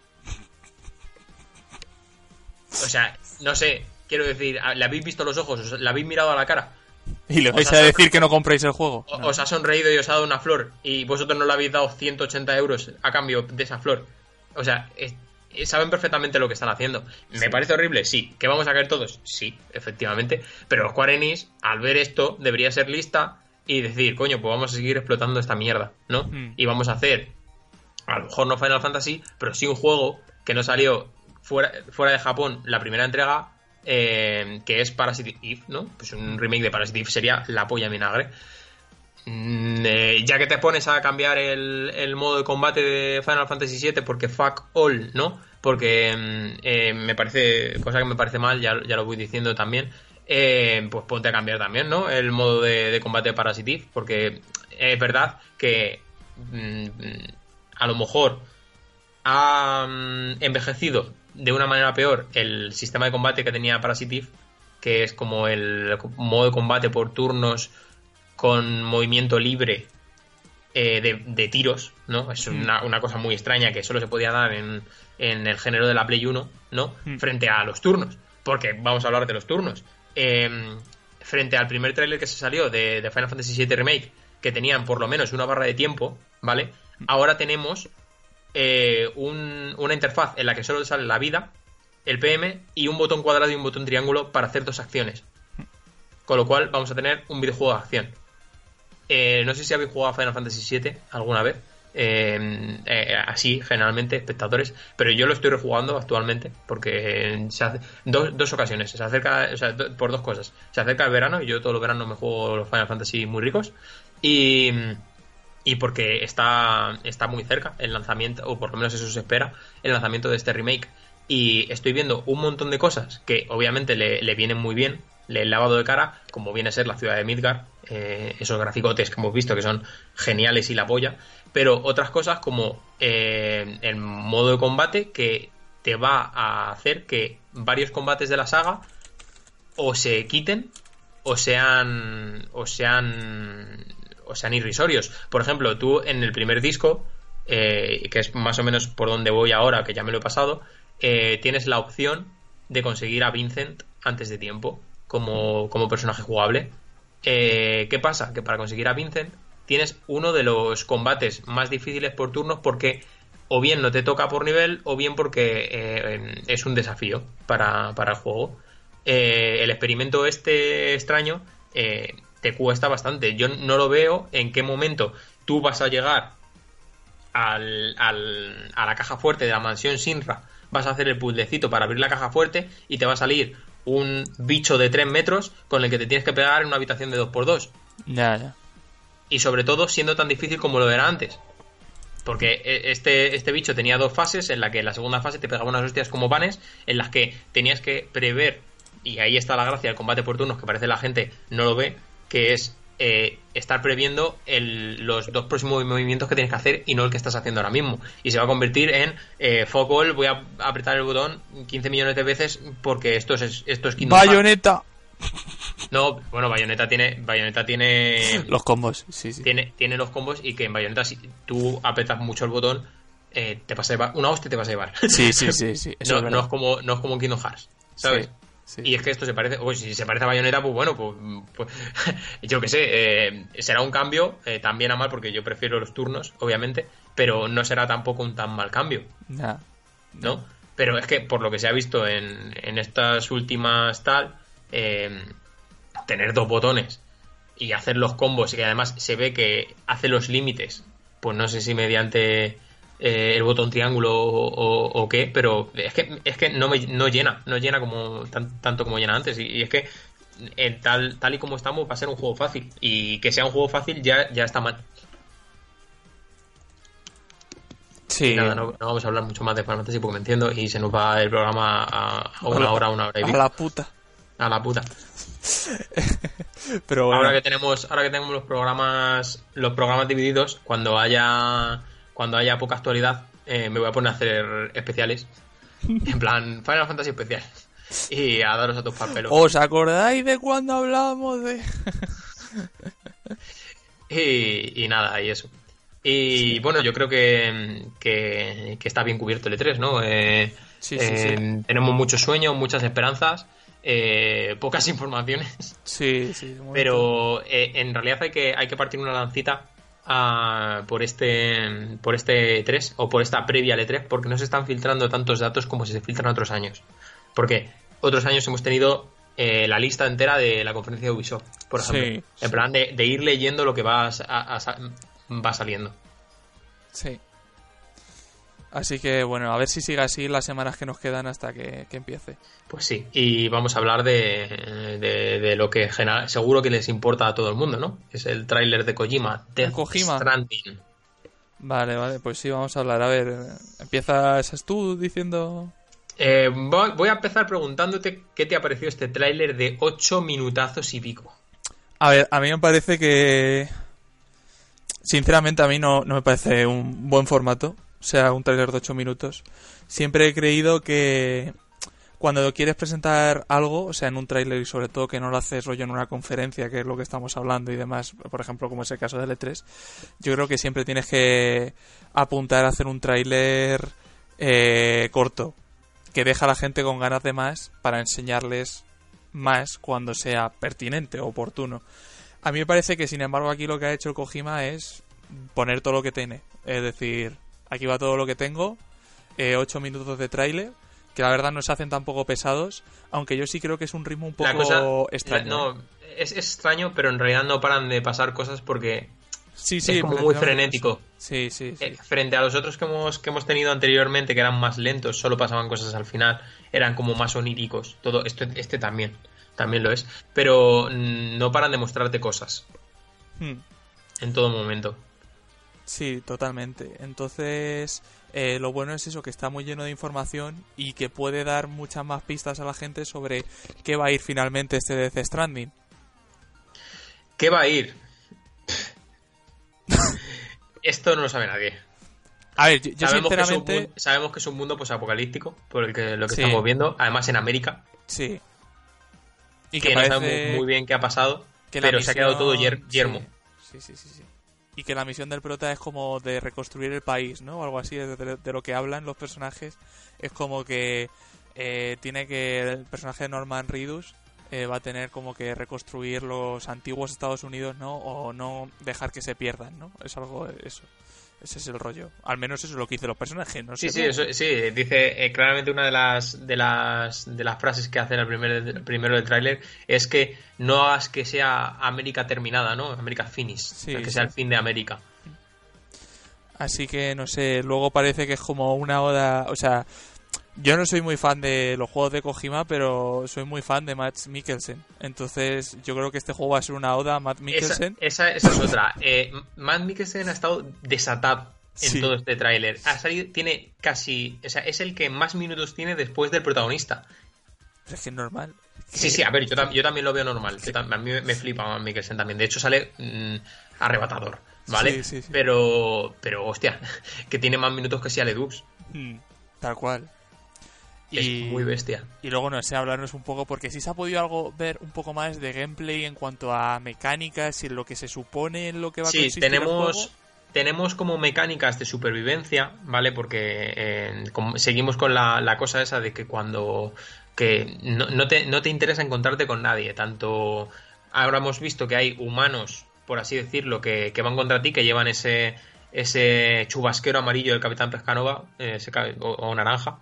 O sea, no sé, quiero decir, le habéis visto los ojos, le habéis mirado a la cara. ¿Y le vais a decir que no compréis el juego? Os ha sonreído y os ha dado una flor, y vosotros no le habéis dado 180 euros a cambio de esa flor. O sea, saben perfectamente lo que están haciendo. ¿Me parece horrible? Sí. ¿Que vamos a caer todos? Sí, efectivamente. Pero Square Enix, al ver esto, debería ser lista y decir, coño, pues vamos a seguir explotando esta mierda, ¿no? Y vamos a hacer, a lo mejor no Final Fantasy, pero sí un juego que no salió fuera de Japón, la primera entrega, que es Parasite Eve, ¿no? Pues un remake de Parasite Eve sería la polla en vinagre. Ya que te pones a cambiar el modo de combate de Final Fantasy VII, porque fuck all, ¿no? Porque me parece, cosa que me parece mal, ya lo voy diciendo también, pues ponte a cambiar también, ¿no? El modo de combate de Parasite Eve, porque es verdad que a lo mejor ha envejecido de una manera peor el sistema de combate que tenía Parasite Eve, que es como el modo de combate por turnos con movimiento libre de tiros, ¿no? Es una cosa muy extraña que solo se podía dar en el género de la Play 1, ¿no? Frente a los turnos, porque vamos a hablar de los turnos. Frente al primer tráiler que se salió de Final Fantasy VII Remake, que tenían por lo menos una barra de tiempo, ¿vale? Ahora tenemos una interfaz en la que solo sale la vida, el PM y un botón cuadrado y un botón triángulo para hacer 2 acciones. Con lo cual vamos a tener un videojuego de acción. No sé si habéis jugado a Final Fantasy VII alguna vez, así generalmente, espectadores, pero yo lo estoy rejugando actualmente porque se hace dos ocasiones, se acerca, o sea, por 2 cosas. Se acerca el verano y yo todos los veranos me juego los Final Fantasy muy ricos, y porque está muy cerca el lanzamiento, o por lo menos eso se espera, el lanzamiento de este remake, y estoy viendo un montón de cosas que obviamente le vienen muy bien, el lavado de cara, como viene a ser la ciudad de Midgar, esos graficotes que hemos visto que son geniales y la polla, pero otras cosas como el modo de combate que te va a hacer que varios combates de la saga o se quiten o sean sean irrisorios. Por ejemplo, tú en el primer disco, que es más o menos por donde voy ahora, que ya me lo he pasado, tienes la opción de conseguir a Vincent antes de tiempo como personaje jugable. ¿Qué pasa? Que para conseguir a Vincent tienes uno de los combates más difíciles por turnos, porque o bien no te toca por nivel, o bien porque es un desafío para el juego. El experimento extraño te cuesta bastante. Yo no lo veo en qué momento tú vas a llegar a la caja fuerte de la mansión Shinra, vas a hacer el puzzlecito para abrir la caja fuerte y te va a salir un bicho de 3 metros con el que te tienes que pegar en una habitación de 2x2. Ya. Y sobre todo siendo tan difícil como lo era antes. Porque este bicho tenía 2 fases, en la que en la segunda fase te pegaba unas hostias como panes, en las que tenías que prever, y ahí está la gracia del combate por turnos, que parece la gente no lo ve, que es estar previendo los 2 próximos movimientos que tienes que hacer y no el que estás haciendo ahora mismo. Y se va a convertir en fuck all, voy a apretar el botón 15 millones de veces porque esto es Kingdom Hearts. ¡Bayonetta! No, bueno, Bayonetta tiene los combos, sí. Tiene los combos, y que en Bayonetta, si tú apretas mucho el botón, te vas a llevar una hostia, te vas a llevar. Sí. Eso no es como en Kingdom Hearts, ¿sabes? Sí. Y es que esto se parece, si se parece a Bayonetta, pues bueno, pues yo qué sé, será un cambio, también a mal, porque yo prefiero los turnos, obviamente, pero no será tampoco un tan mal cambio. ¿No? Pero es que por lo que se ha visto en estas últimas tener 2 botones y hacer los combos, y que además se ve que hace los límites, pues no sé si mediante el botón triángulo o qué, pero es que no llena como tanto como llena antes, y es que tal y como estamos va a ser un juego fácil, y que sea un juego fácil ya está mal. Sí. Y nada, no vamos a hablar mucho más de Final Fantasy porque me entiendo, y se nos va el programa a una hora y media. A la puta. Pero bueno. Ahora que tenemos los programas divididos, cuando haya poca actualidad, me voy a poner a hacer especiales, en plan Final Fantasy especial, y a daros a tus papelos. ¿Os acordáis de cuando hablábamos de...? y nada, y eso. Y bueno, yo creo que está bien cubierto el E3, ¿no? Sí. Tenemos muchos sueños, muchas esperanzas, pocas informaciones. Sí. Pero en realidad hay que partir una lancita por este E3, o por esta previa al E3, porque no se están filtrando tantos datos como se filtran otros años. Porque otros años hemos tenido la lista entera de la conferencia de Ubisoft, por ejemplo. En plan de ir leyendo lo que va saliendo. Sí. Así que bueno, a ver si sigue así las semanas que nos quedan hasta que empiece. Pues sí, y vamos a hablar de lo que seguro que les importa a todo el mundo, ¿no? Es el tráiler de Kojima, Death Stranding. Vale, pues sí, vamos a hablar. A ver, ¿empiezas tú diciendo...? Voy a empezar preguntándote qué te ha parecido este tráiler de 8 minutazos y pico. A ver, a mí me parece que... Sinceramente a mí no me parece un buen formato, o sea, un tráiler de 8 minutos. Siempre he creído que cuando quieres presentar algo, o sea, en un tráiler, y sobre todo que no lo haces rollo en una conferencia, que es lo que estamos hablando y demás, por ejemplo, como es el caso del E3, yo creo que siempre tienes que apuntar a hacer un tráiler corto, que deja a la gente con ganas de más para enseñarles más cuando sea pertinente o oportuno. A mí me parece que, sin embargo, aquí lo que ha hecho el Kojima es poner todo lo que tiene. Es decir, aquí va todo lo que tengo, 8 minutos de tráiler, que la verdad no se hacen tampoco pesados, aunque yo sí creo que es un ritmo un poco extraño. Es extraño, pero en realidad no paran de pasar cosas porque es como muy frenético. Sí. Frente a los otros que hemos tenido anteriormente, que eran más lentos, solo pasaban cosas al final, eran como más oníricos. Todo este también lo es, pero no paran de mostrarte cosas en todo momento. Sí, totalmente. Entonces, lo bueno es eso, que está muy lleno de información y que puede dar muchas más pistas a la gente sobre qué va a ir finalmente este Death Stranding. ¿Qué va a ir? Esto no lo sabe nadie. A ver, yo sinceramente... Sabemos que es un mundo posapocalíptico, por lo que estamos viendo, además en América. Sí. Y que no sabemos muy bien qué ha pasado, pero se ha quedado todo yermo. Sí. Y que la misión del prota es como de reconstruir el país, ¿no? O algo así, de lo que hablan los personajes. Es como que el personaje de Norman Reedus va a tener como que reconstruir los antiguos Estados Unidos, ¿no? O no dejar que se pierdan, ¿no? Es algo eso. Ese es el rollo. Al menos eso es lo que dicen los personajes, no sé. Sí, eso, sí, dice claramente una de las frases que hace el primero del tráiler es que no hagas que sea América terminada, ¿no? América finish, Sí, que sea el fin de América. Así que no sé, luego parece que es como una oda, o sea, yo no soy muy fan de los juegos de Kojima, pero soy muy fan de Mads Mikkelsen. Entonces, yo creo que este juego va a ser una oda a Mads Mikkelsen. Esa es otra. Mads Mikkelsen ha estado desatado en todo este tráiler. Ha salido, tiene casi, o sea, es el que más minutos tiene después del protagonista. Es que es normal. Sí, a ver, yo también lo veo normal. A mí me flipa Mads Mikkelsen también. De hecho, sale arrebatador, ¿vale? Sí. Pero, hostia, que tiene más minutos que si Aledux. Tal cual. Es muy bestia. Y luego, no sé, hablarnos un poco, porque sí se ha podido ver un poco más de gameplay en cuanto a mecánicas y en lo que se supone en lo que va a consistir el juego. Tenemos como mecánicas de supervivencia, ¿vale? Porque seguimos con la cosa esa de que cuando que no te interesa encontrarte con nadie. Tanto ahora hemos visto que hay humanos, por así decirlo, que van contra ti, que llevan ese chubasquero amarillo del Capitán Pescanova o naranja,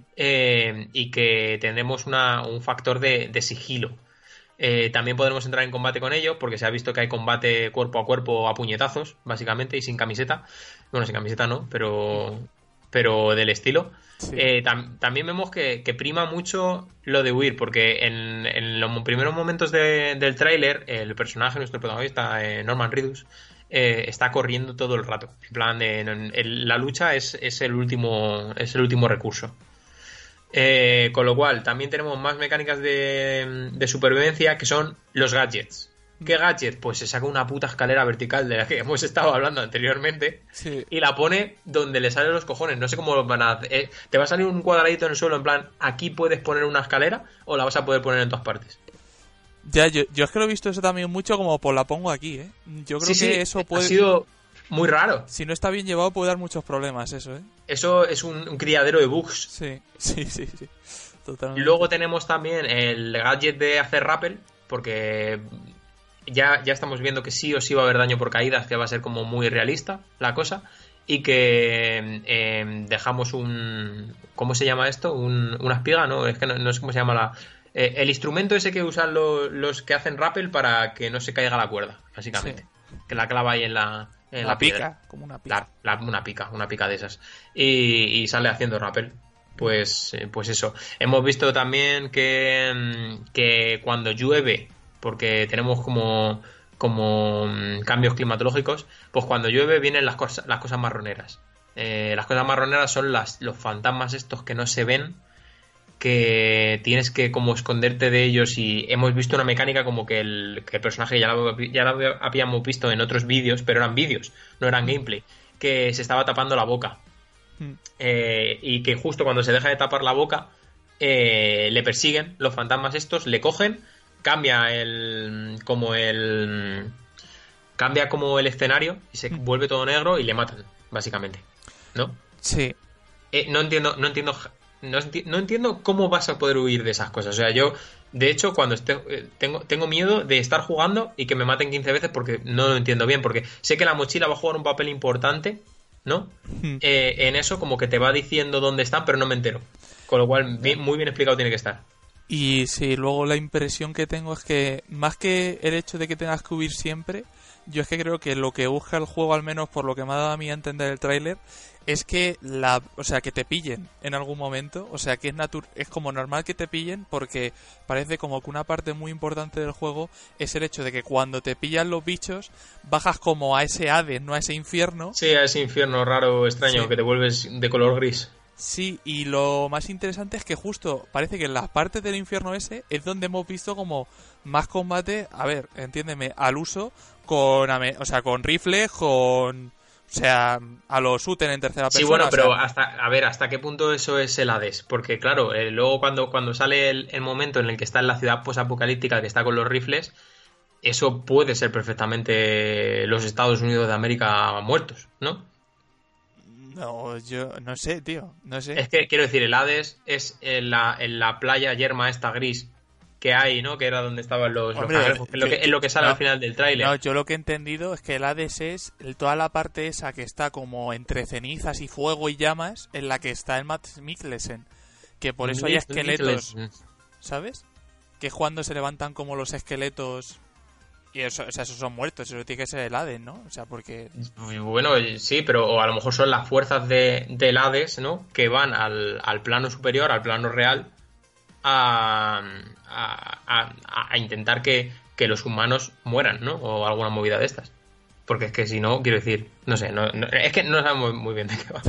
y que tendremos un factor de sigilo. También podremos entrar en combate con ellos, porque se ha visto que hay combate cuerpo a cuerpo a puñetazos, básicamente, y sin camiseta. Bueno, sin camiseta no, pero del estilo. Sí. También vemos que prima mucho lo de huir, porque en los primeros momentos del tráiler, el personaje, nuestro protagonista, Norman Reedus, está corriendo todo el rato. En plan, la lucha es el último recurso. Con lo cual, también tenemos más mecánicas de supervivencia, que son los gadgets. ¿Qué gadget? Pues se saca una puta escalera vertical de la que hemos estado hablando anteriormente, sí, y la pone donde le salen los cojones. No sé cómo lo van a hacer. ¿Te va a salir un cuadradito en el suelo en plan, aquí puedes poner una escalera, o la vas a poder poner en todas partes? Ya, yo es que lo he visto eso también mucho como pues la pongo aquí, ¿eh? Yo creo que eso puede... Ha sido muy raro. Si no está bien llevado puede dar muchos problemas eso, ¿eh? Eso es un criadero de bugs. Sí. Totalmente. Y luego tenemos también el gadget de hacer rappel, porque ya estamos viendo que sí o sí va a haber daño por caídas, que va a ser como muy realista la cosa, y que dejamos ¿cómo se llama esto? Una espiga, ¿no? Es que no sé cómo se llama el instrumento ese que usan los que hacen rappel para que no se caiga la cuerda, básicamente. Sí. Que la clava ahí en la pica, piedra. Como una pica. Una pica de esas. Y sale haciendo rappel. Pues eso. Hemos visto también que cuando llueve, porque tenemos como cambios climatológicos, pues cuando llueve vienen las cosas marroneras. Las cosas marroneras son los fantasmas estos que no se ven, que tienes que como esconderte de ellos, y hemos visto una mecánica como que el personaje ya lo habíamos visto en otros vídeos, pero eran vídeos, no eran gameplay, que se estaba tapando la boca. Y que justo cuando se deja de tapar la boca, le persiguen los fantasmas estos, le cogen, cambia como el escenario y se vuelve todo negro y le matan, básicamente, ¿no? Sí. No entiendo cómo vas a poder huir de esas cosas. O sea, yo, de hecho, cuando tengo miedo de estar jugando y que me maten 15 veces porque no lo entiendo bien, porque sé que la mochila va a jugar un papel importante, ¿no? En eso, como que te va diciendo dónde están, pero no me entero. Con lo cual, muy bien explicado tiene que estar. Y sí, luego la impresión que tengo es que, más que el hecho de que tengas que huir siempre, yo es que creo que lo que busca el juego, al menos por lo que me ha dado a mí a entender el tráiler, es que que te pillen en algún momento. O sea, que es como normal que te pillen, porque parece como que una parte muy importante del juego es el hecho de que cuando te pillan los bichos bajas como a ese Hades, no a ese infierno. Sí, a ese infierno raro, extraño, sí, que te vuelves de color gris. Sí, y lo más interesante es que justo parece que en las partes del infierno ese es donde hemos visto como más combate, a ver, entiéndeme, al uso con rifles, a los shooter en tercera persona. Sí, bueno, pero hasta qué punto eso es el Hades, porque claro, luego cuando sale el momento en el que está en la ciudad posapocalíptica, que está con los rifles, eso puede ser perfectamente los Estados Unidos de América muertos, ¿no? No, yo no sé, tío, no sé. Es que, quiero decir, el Hades es en la playa yerma esta gris que hay, ¿no? Que era donde estaban los Hombre, cangrejos, que es lo que sale no, al final del tráiler. no, yo lo que he entendido es que el Hades es toda la parte esa que está como entre cenizas y fuego y llamas, en la que está el Mads Mikkelsen. Que por eso hay esqueletos, ¿sabes? Que es cuando se levantan como los esqueletos. Y eso, o sea, esos son muertos, eso tiene que ser el Hades, ¿no? O sea, porque... Bueno, sí, pero o a lo mejor son las fuerzas del Hades, ¿no? Que van al plano superior, al plano real, a intentar que los humanos mueran, ¿no? O alguna movida de estas. Porque es que si no, quiero decir, no sé, es que no sabemos muy bien de qué va.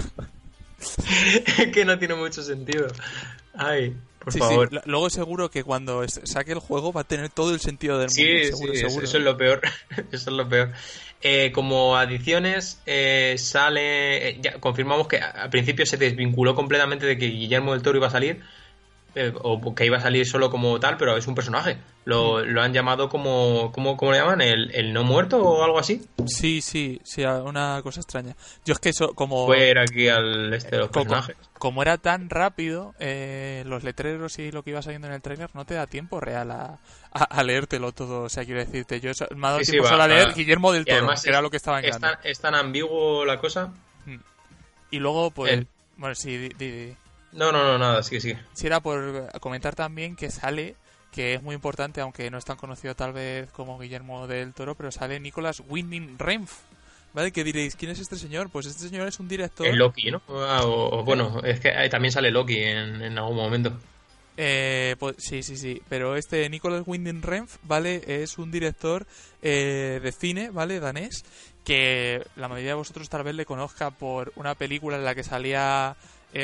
Es que no tiene mucho sentido. Ay, por favor. Sí. Luego seguro que cuando saque el juego va a tener todo el sentido del mundo. Seguro. Eso es lo peor. Eso es lo peor. Como adiciones, sale... ya confirmamos que al principio se desvinculó completamente de que Guillermo del Toro iba a salir, o que iba a salir solo como tal, pero es un personaje. Lo han llamado como... ¿Cómo lo llaman? ¿El no muerto o algo así? Sí, una cosa extraña. Yo es que eso, como... Fuera aquí al de los personajes. Como era tan rápido, los letreros y lo que iba saliendo en el tráiler, no te da tiempo real a leértelo todo. O sea, quiero decirte, yo me ha dado tiempo solo a leer Guillermo del Toro, que era lo que estaba en grande. Es tan ambiguo la cosa. Y luego, pues... Bueno, sí, No, nada, sigue. Sí, era por comentar también que sale, que es muy importante, aunque no es tan conocido tal vez como Guillermo del Toro, pero sale Nicolas Winding Refn, ¿vale? Que diréis, ¿quién es este señor? Pues este señor es un director... El Loki, ¿no? Bueno, es que también sale Loki en algún momento. Pues, sí, pero este Nicolas Winding Refn, ¿vale? Es un director de cine, ¿vale? Danés, que la mayoría de vosotros tal vez le conozca por una película en la que salía...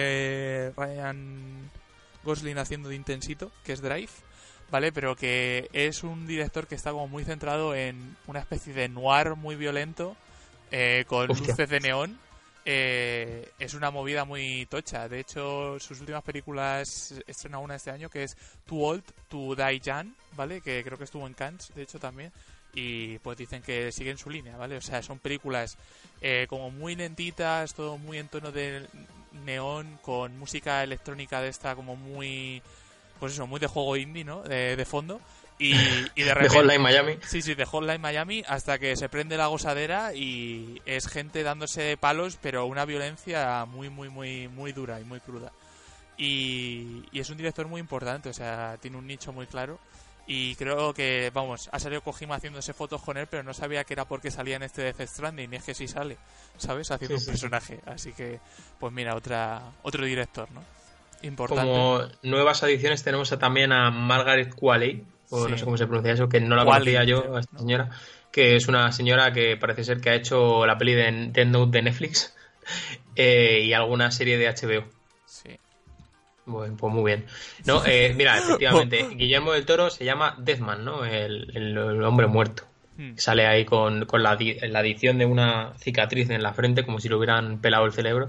Ryan Gosling haciendo de intensito, que es Drive, ¿vale? Pero que es un director que está como muy centrado en una especie de noir muy violento, con luces de neón. Es una movida muy tocha. De hecho, sus últimas películas, estrena una este año que es Too Old to Die Young, ¿vale? Que creo que estuvo en Cannes, de hecho, también. Y pues dicen que siguen su línea, ¿vale? O sea, son películas como muy lentitas, todo muy en tono de neón, con música electrónica de esta como muy... Pues eso, muy de juego indie, ¿no? De fondo. Y de repente... De Hotline Miami. Sí, de Hotline Miami, hasta que se prende la gozadera y es gente dándose palos, pero una violencia muy, muy, muy, muy dura y muy cruda. Y es un director muy importante, o sea, tiene un nicho muy claro. Y creo que, vamos, ha salido Kojima haciéndose fotos con él, pero no sabía que era porque salía en este Death Stranding, y es que sí sale, ¿sabes? Haciendo un personaje. Así que, pues mira, otro director, ¿no? Importante. Como nuevas adiciones tenemos también a Margaret Qualley, o no sé cómo se pronuncia eso, que no la conocía yo, a esta señora, que es una señora que parece ser que ha hecho la peli de Death Note de Netflix y alguna serie de HBO. Sí. Bueno, pues muy bien. No, mira, efectivamente, Guillermo del Toro se llama Deathman, ¿no? El hombre muerto. Sale ahí con la adición de una cicatriz en la frente, como si le hubieran pelado el cerebro.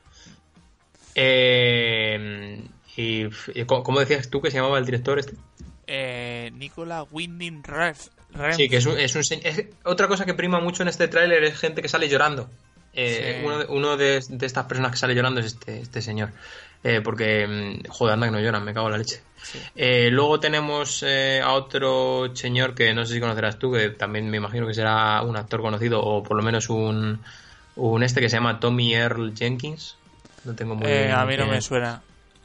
Y ¿cómo decías tú que se llamaba el director este? Nicolas Winding Refn. Sí, que es otra cosa que prima mucho en este tráiler es gente que sale llorando. Uno de estas personas que sale llorando es este señor. Porque, joder, anda que no lloran, me cago en la leche. Sí. Luego tenemos a otro señor que no sé si conocerás tú, que también me imagino que será un actor conocido, o por lo menos un que se llama Tommy Earl Jenkins. No tengo muy bien. A mí no me suena.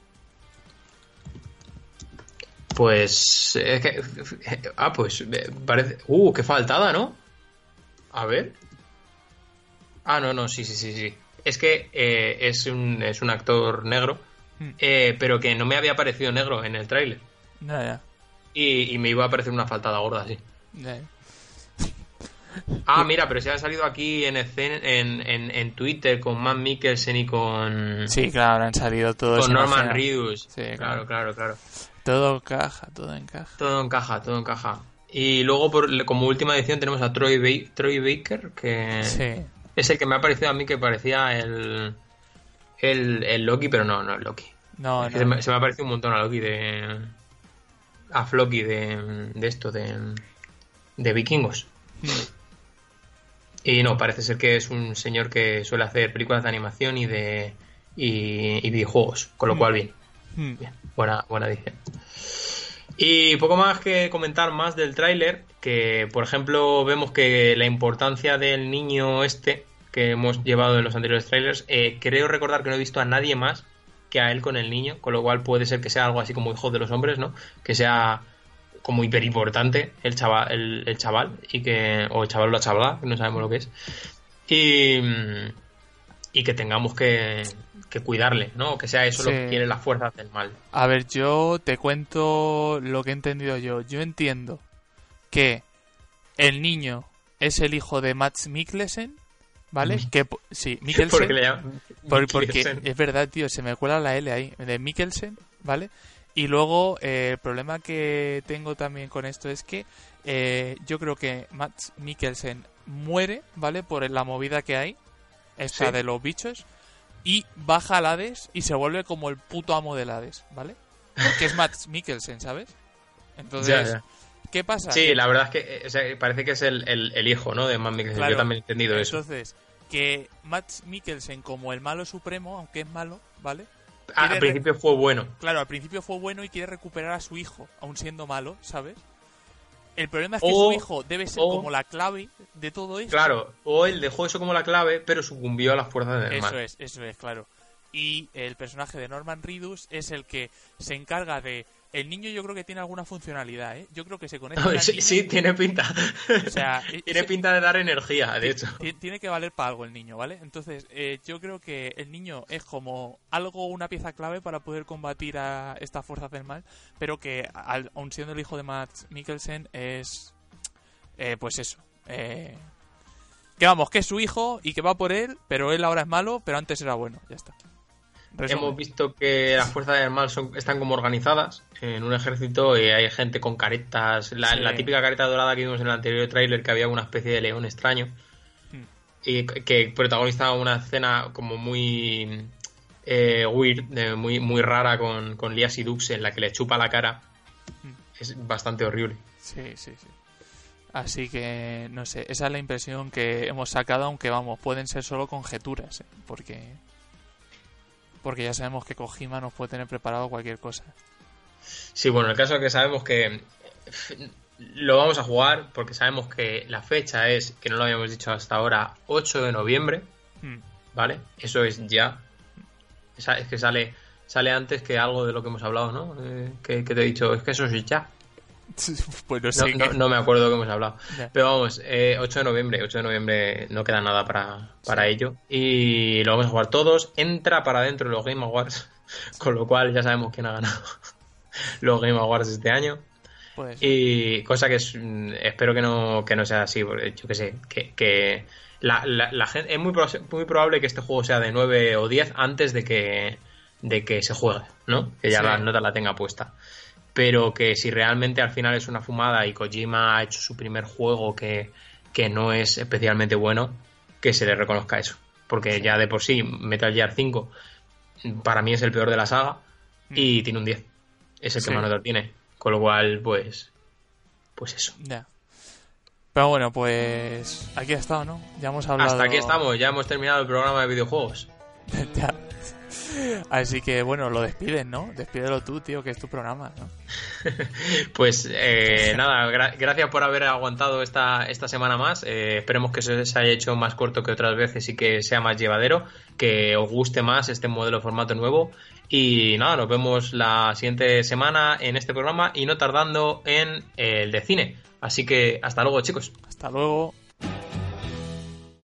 Pues pues parece... qué faltada, ¿no? A ver. No, sí. Es que es un actor negro, pero que no me había parecido negro en el tráiler. Ya. Y me iba a parecer una faltada gorda, sí. Ya. Mira, pero se ha salido aquí en Twitter con Matt Mikkelsen y con... Sí, claro, han salido todos. Con Norman Reedus. Sí, claro. Todo encaja. Todo encaja. Y luego, como última edición, tenemos a Troy Baker, que es el que me ha parecido a mí que parecía el Loki, pero no es Loki. No. Se me ha parecido un montón a Loki a Floki de esto, de vikingos. Y no, parece ser que es un señor que suele hacer películas de animación y videojuegos, con lo cual bien. Bien, buena edición. Y poco más que comentar más del tráiler, que por ejemplo vemos que la importancia del niño este que hemos llevado en los anteriores trailers, creo recordar que no he visto a nadie más que a él con el niño, con lo cual puede ser que sea algo así como Hijos de los Hombres, ¿no? Que sea como hiper importante el chaval, o el chaval o la chavala, que no sabemos lo que es, y que tengamos que cuidarle, ¿no? Que sea eso lo que quieren las fuerzas del mal. A ver, yo te cuento lo que he entendido yo. Yo entiendo que el niño es el hijo de Mads Mikkelsen, ¿vale? Sí, Mikkelsen. ¿Por qué le llaman porque es verdad, tío, se me cuela la L ahí, de Mikkelsen, ¿vale? Y luego el problema que tengo también con esto es que yo creo que Mads Mikkelsen muere, ¿vale? Por la movida que hay, esta de los bichos, y baja al Hades y se vuelve como el puto amo del Hades, ¿vale? Porque es Mads Mikkelsen, ¿sabes? Entonces, ya. ¿qué pasa? Sí, la verdad es que parece que es el hijo, ¿no? De Mads Mikkelsen. Claro, yo también he entendido eso. Entonces, que Mads Mikkelsen, como el malo supremo, aunque es malo, ¿vale? Al principio fue bueno. Claro, al principio fue bueno y quiere recuperar a su hijo, aun siendo malo, ¿sabes? El problema es que su hijo debe ser como la clave de todo esto. Claro, o él dejó eso como la clave, pero sucumbió a las fuerzas del mal. Eso es, claro. Y el personaje de Norman Reedus es el que se encarga de... El niño yo creo que tiene alguna funcionalidad, ¿eh? Yo creo que se conecta al niño. Sí, tiene pinta. O sea, tiene pinta de dar energía, de hecho. Tiene que valer para algo el niño, ¿vale? Entonces, yo creo que el niño es como una pieza clave para poder combatir a estas fuerzas del mal, pero que, aun siendo el hijo de Mads Mikkelsen, es... pues eso. Que vamos, que es su hijo y que va por él, pero él ahora es malo, pero antes era bueno. Ya está. Resumen. Hemos visto que las fuerzas del mal están como organizadas en un ejército y hay gente con caretas. La típica careta dorada que vimos en el anterior tráiler, que había una especie de león extraño y que protagonizaba una escena como muy weird, muy, muy rara con Lia Sidux, en la que le chupa la cara. Es bastante horrible. Sí. Así que, no sé, esa es la impresión que hemos sacado, aunque vamos, pueden ser solo conjeturas, porque ya sabemos que Kojima nos puede tener preparado cualquier cosa. Sí, bueno, el caso es que sabemos que lo vamos a jugar, porque sabemos que la fecha es, que no lo habíamos dicho hasta ahora, 8 de noviembre, ¿vale? Eso es ya. Es que sale antes que algo de lo que hemos hablado, ¿no? Que te he dicho, es que eso es ya. Pues no sé. No me acuerdo de qué hemos hablado. Ya. Pero vamos, 8 de noviembre no queda nada para ello. Y lo vamos a jugar todos. Entra para dentro de los Game Awards. Con lo cual ya sabemos quién ha ganado los Game Awards este año. Pues... Y cosa que espero que no sea así. Porque yo que sé, que la gente, es muy probable que este juego sea de 9 o 10 antes de que se juegue, ¿no? Que ya la nota la tenga puesta. Pero que si realmente al final es una fumada y Kojima ha hecho su primer juego que no es especialmente bueno, que se le reconozca eso. Porque ya de por sí Metal Gear 5 para mí es el peor de la saga y tiene un 10. Es el que más nota tiene. Con lo cual, pues eso. Ya. Pero bueno, pues aquí ha estado, ¿no? Ya hemos hablado... Hasta aquí estamos, ya hemos terminado el programa de videojuegos. Ya. Así que bueno, lo despides, ¿no? Despídelo tú, tío, que es tu programa, ¿no? Pues nada, gracias por haber aguantado esta semana más. Esperemos que se haya hecho más corto que otras veces y que sea más llevadero, que os guste más este modelo formato nuevo. Y nada, nos vemos la siguiente semana en este programa y no tardando en el de cine. Así que hasta luego, chicos. Hasta luego.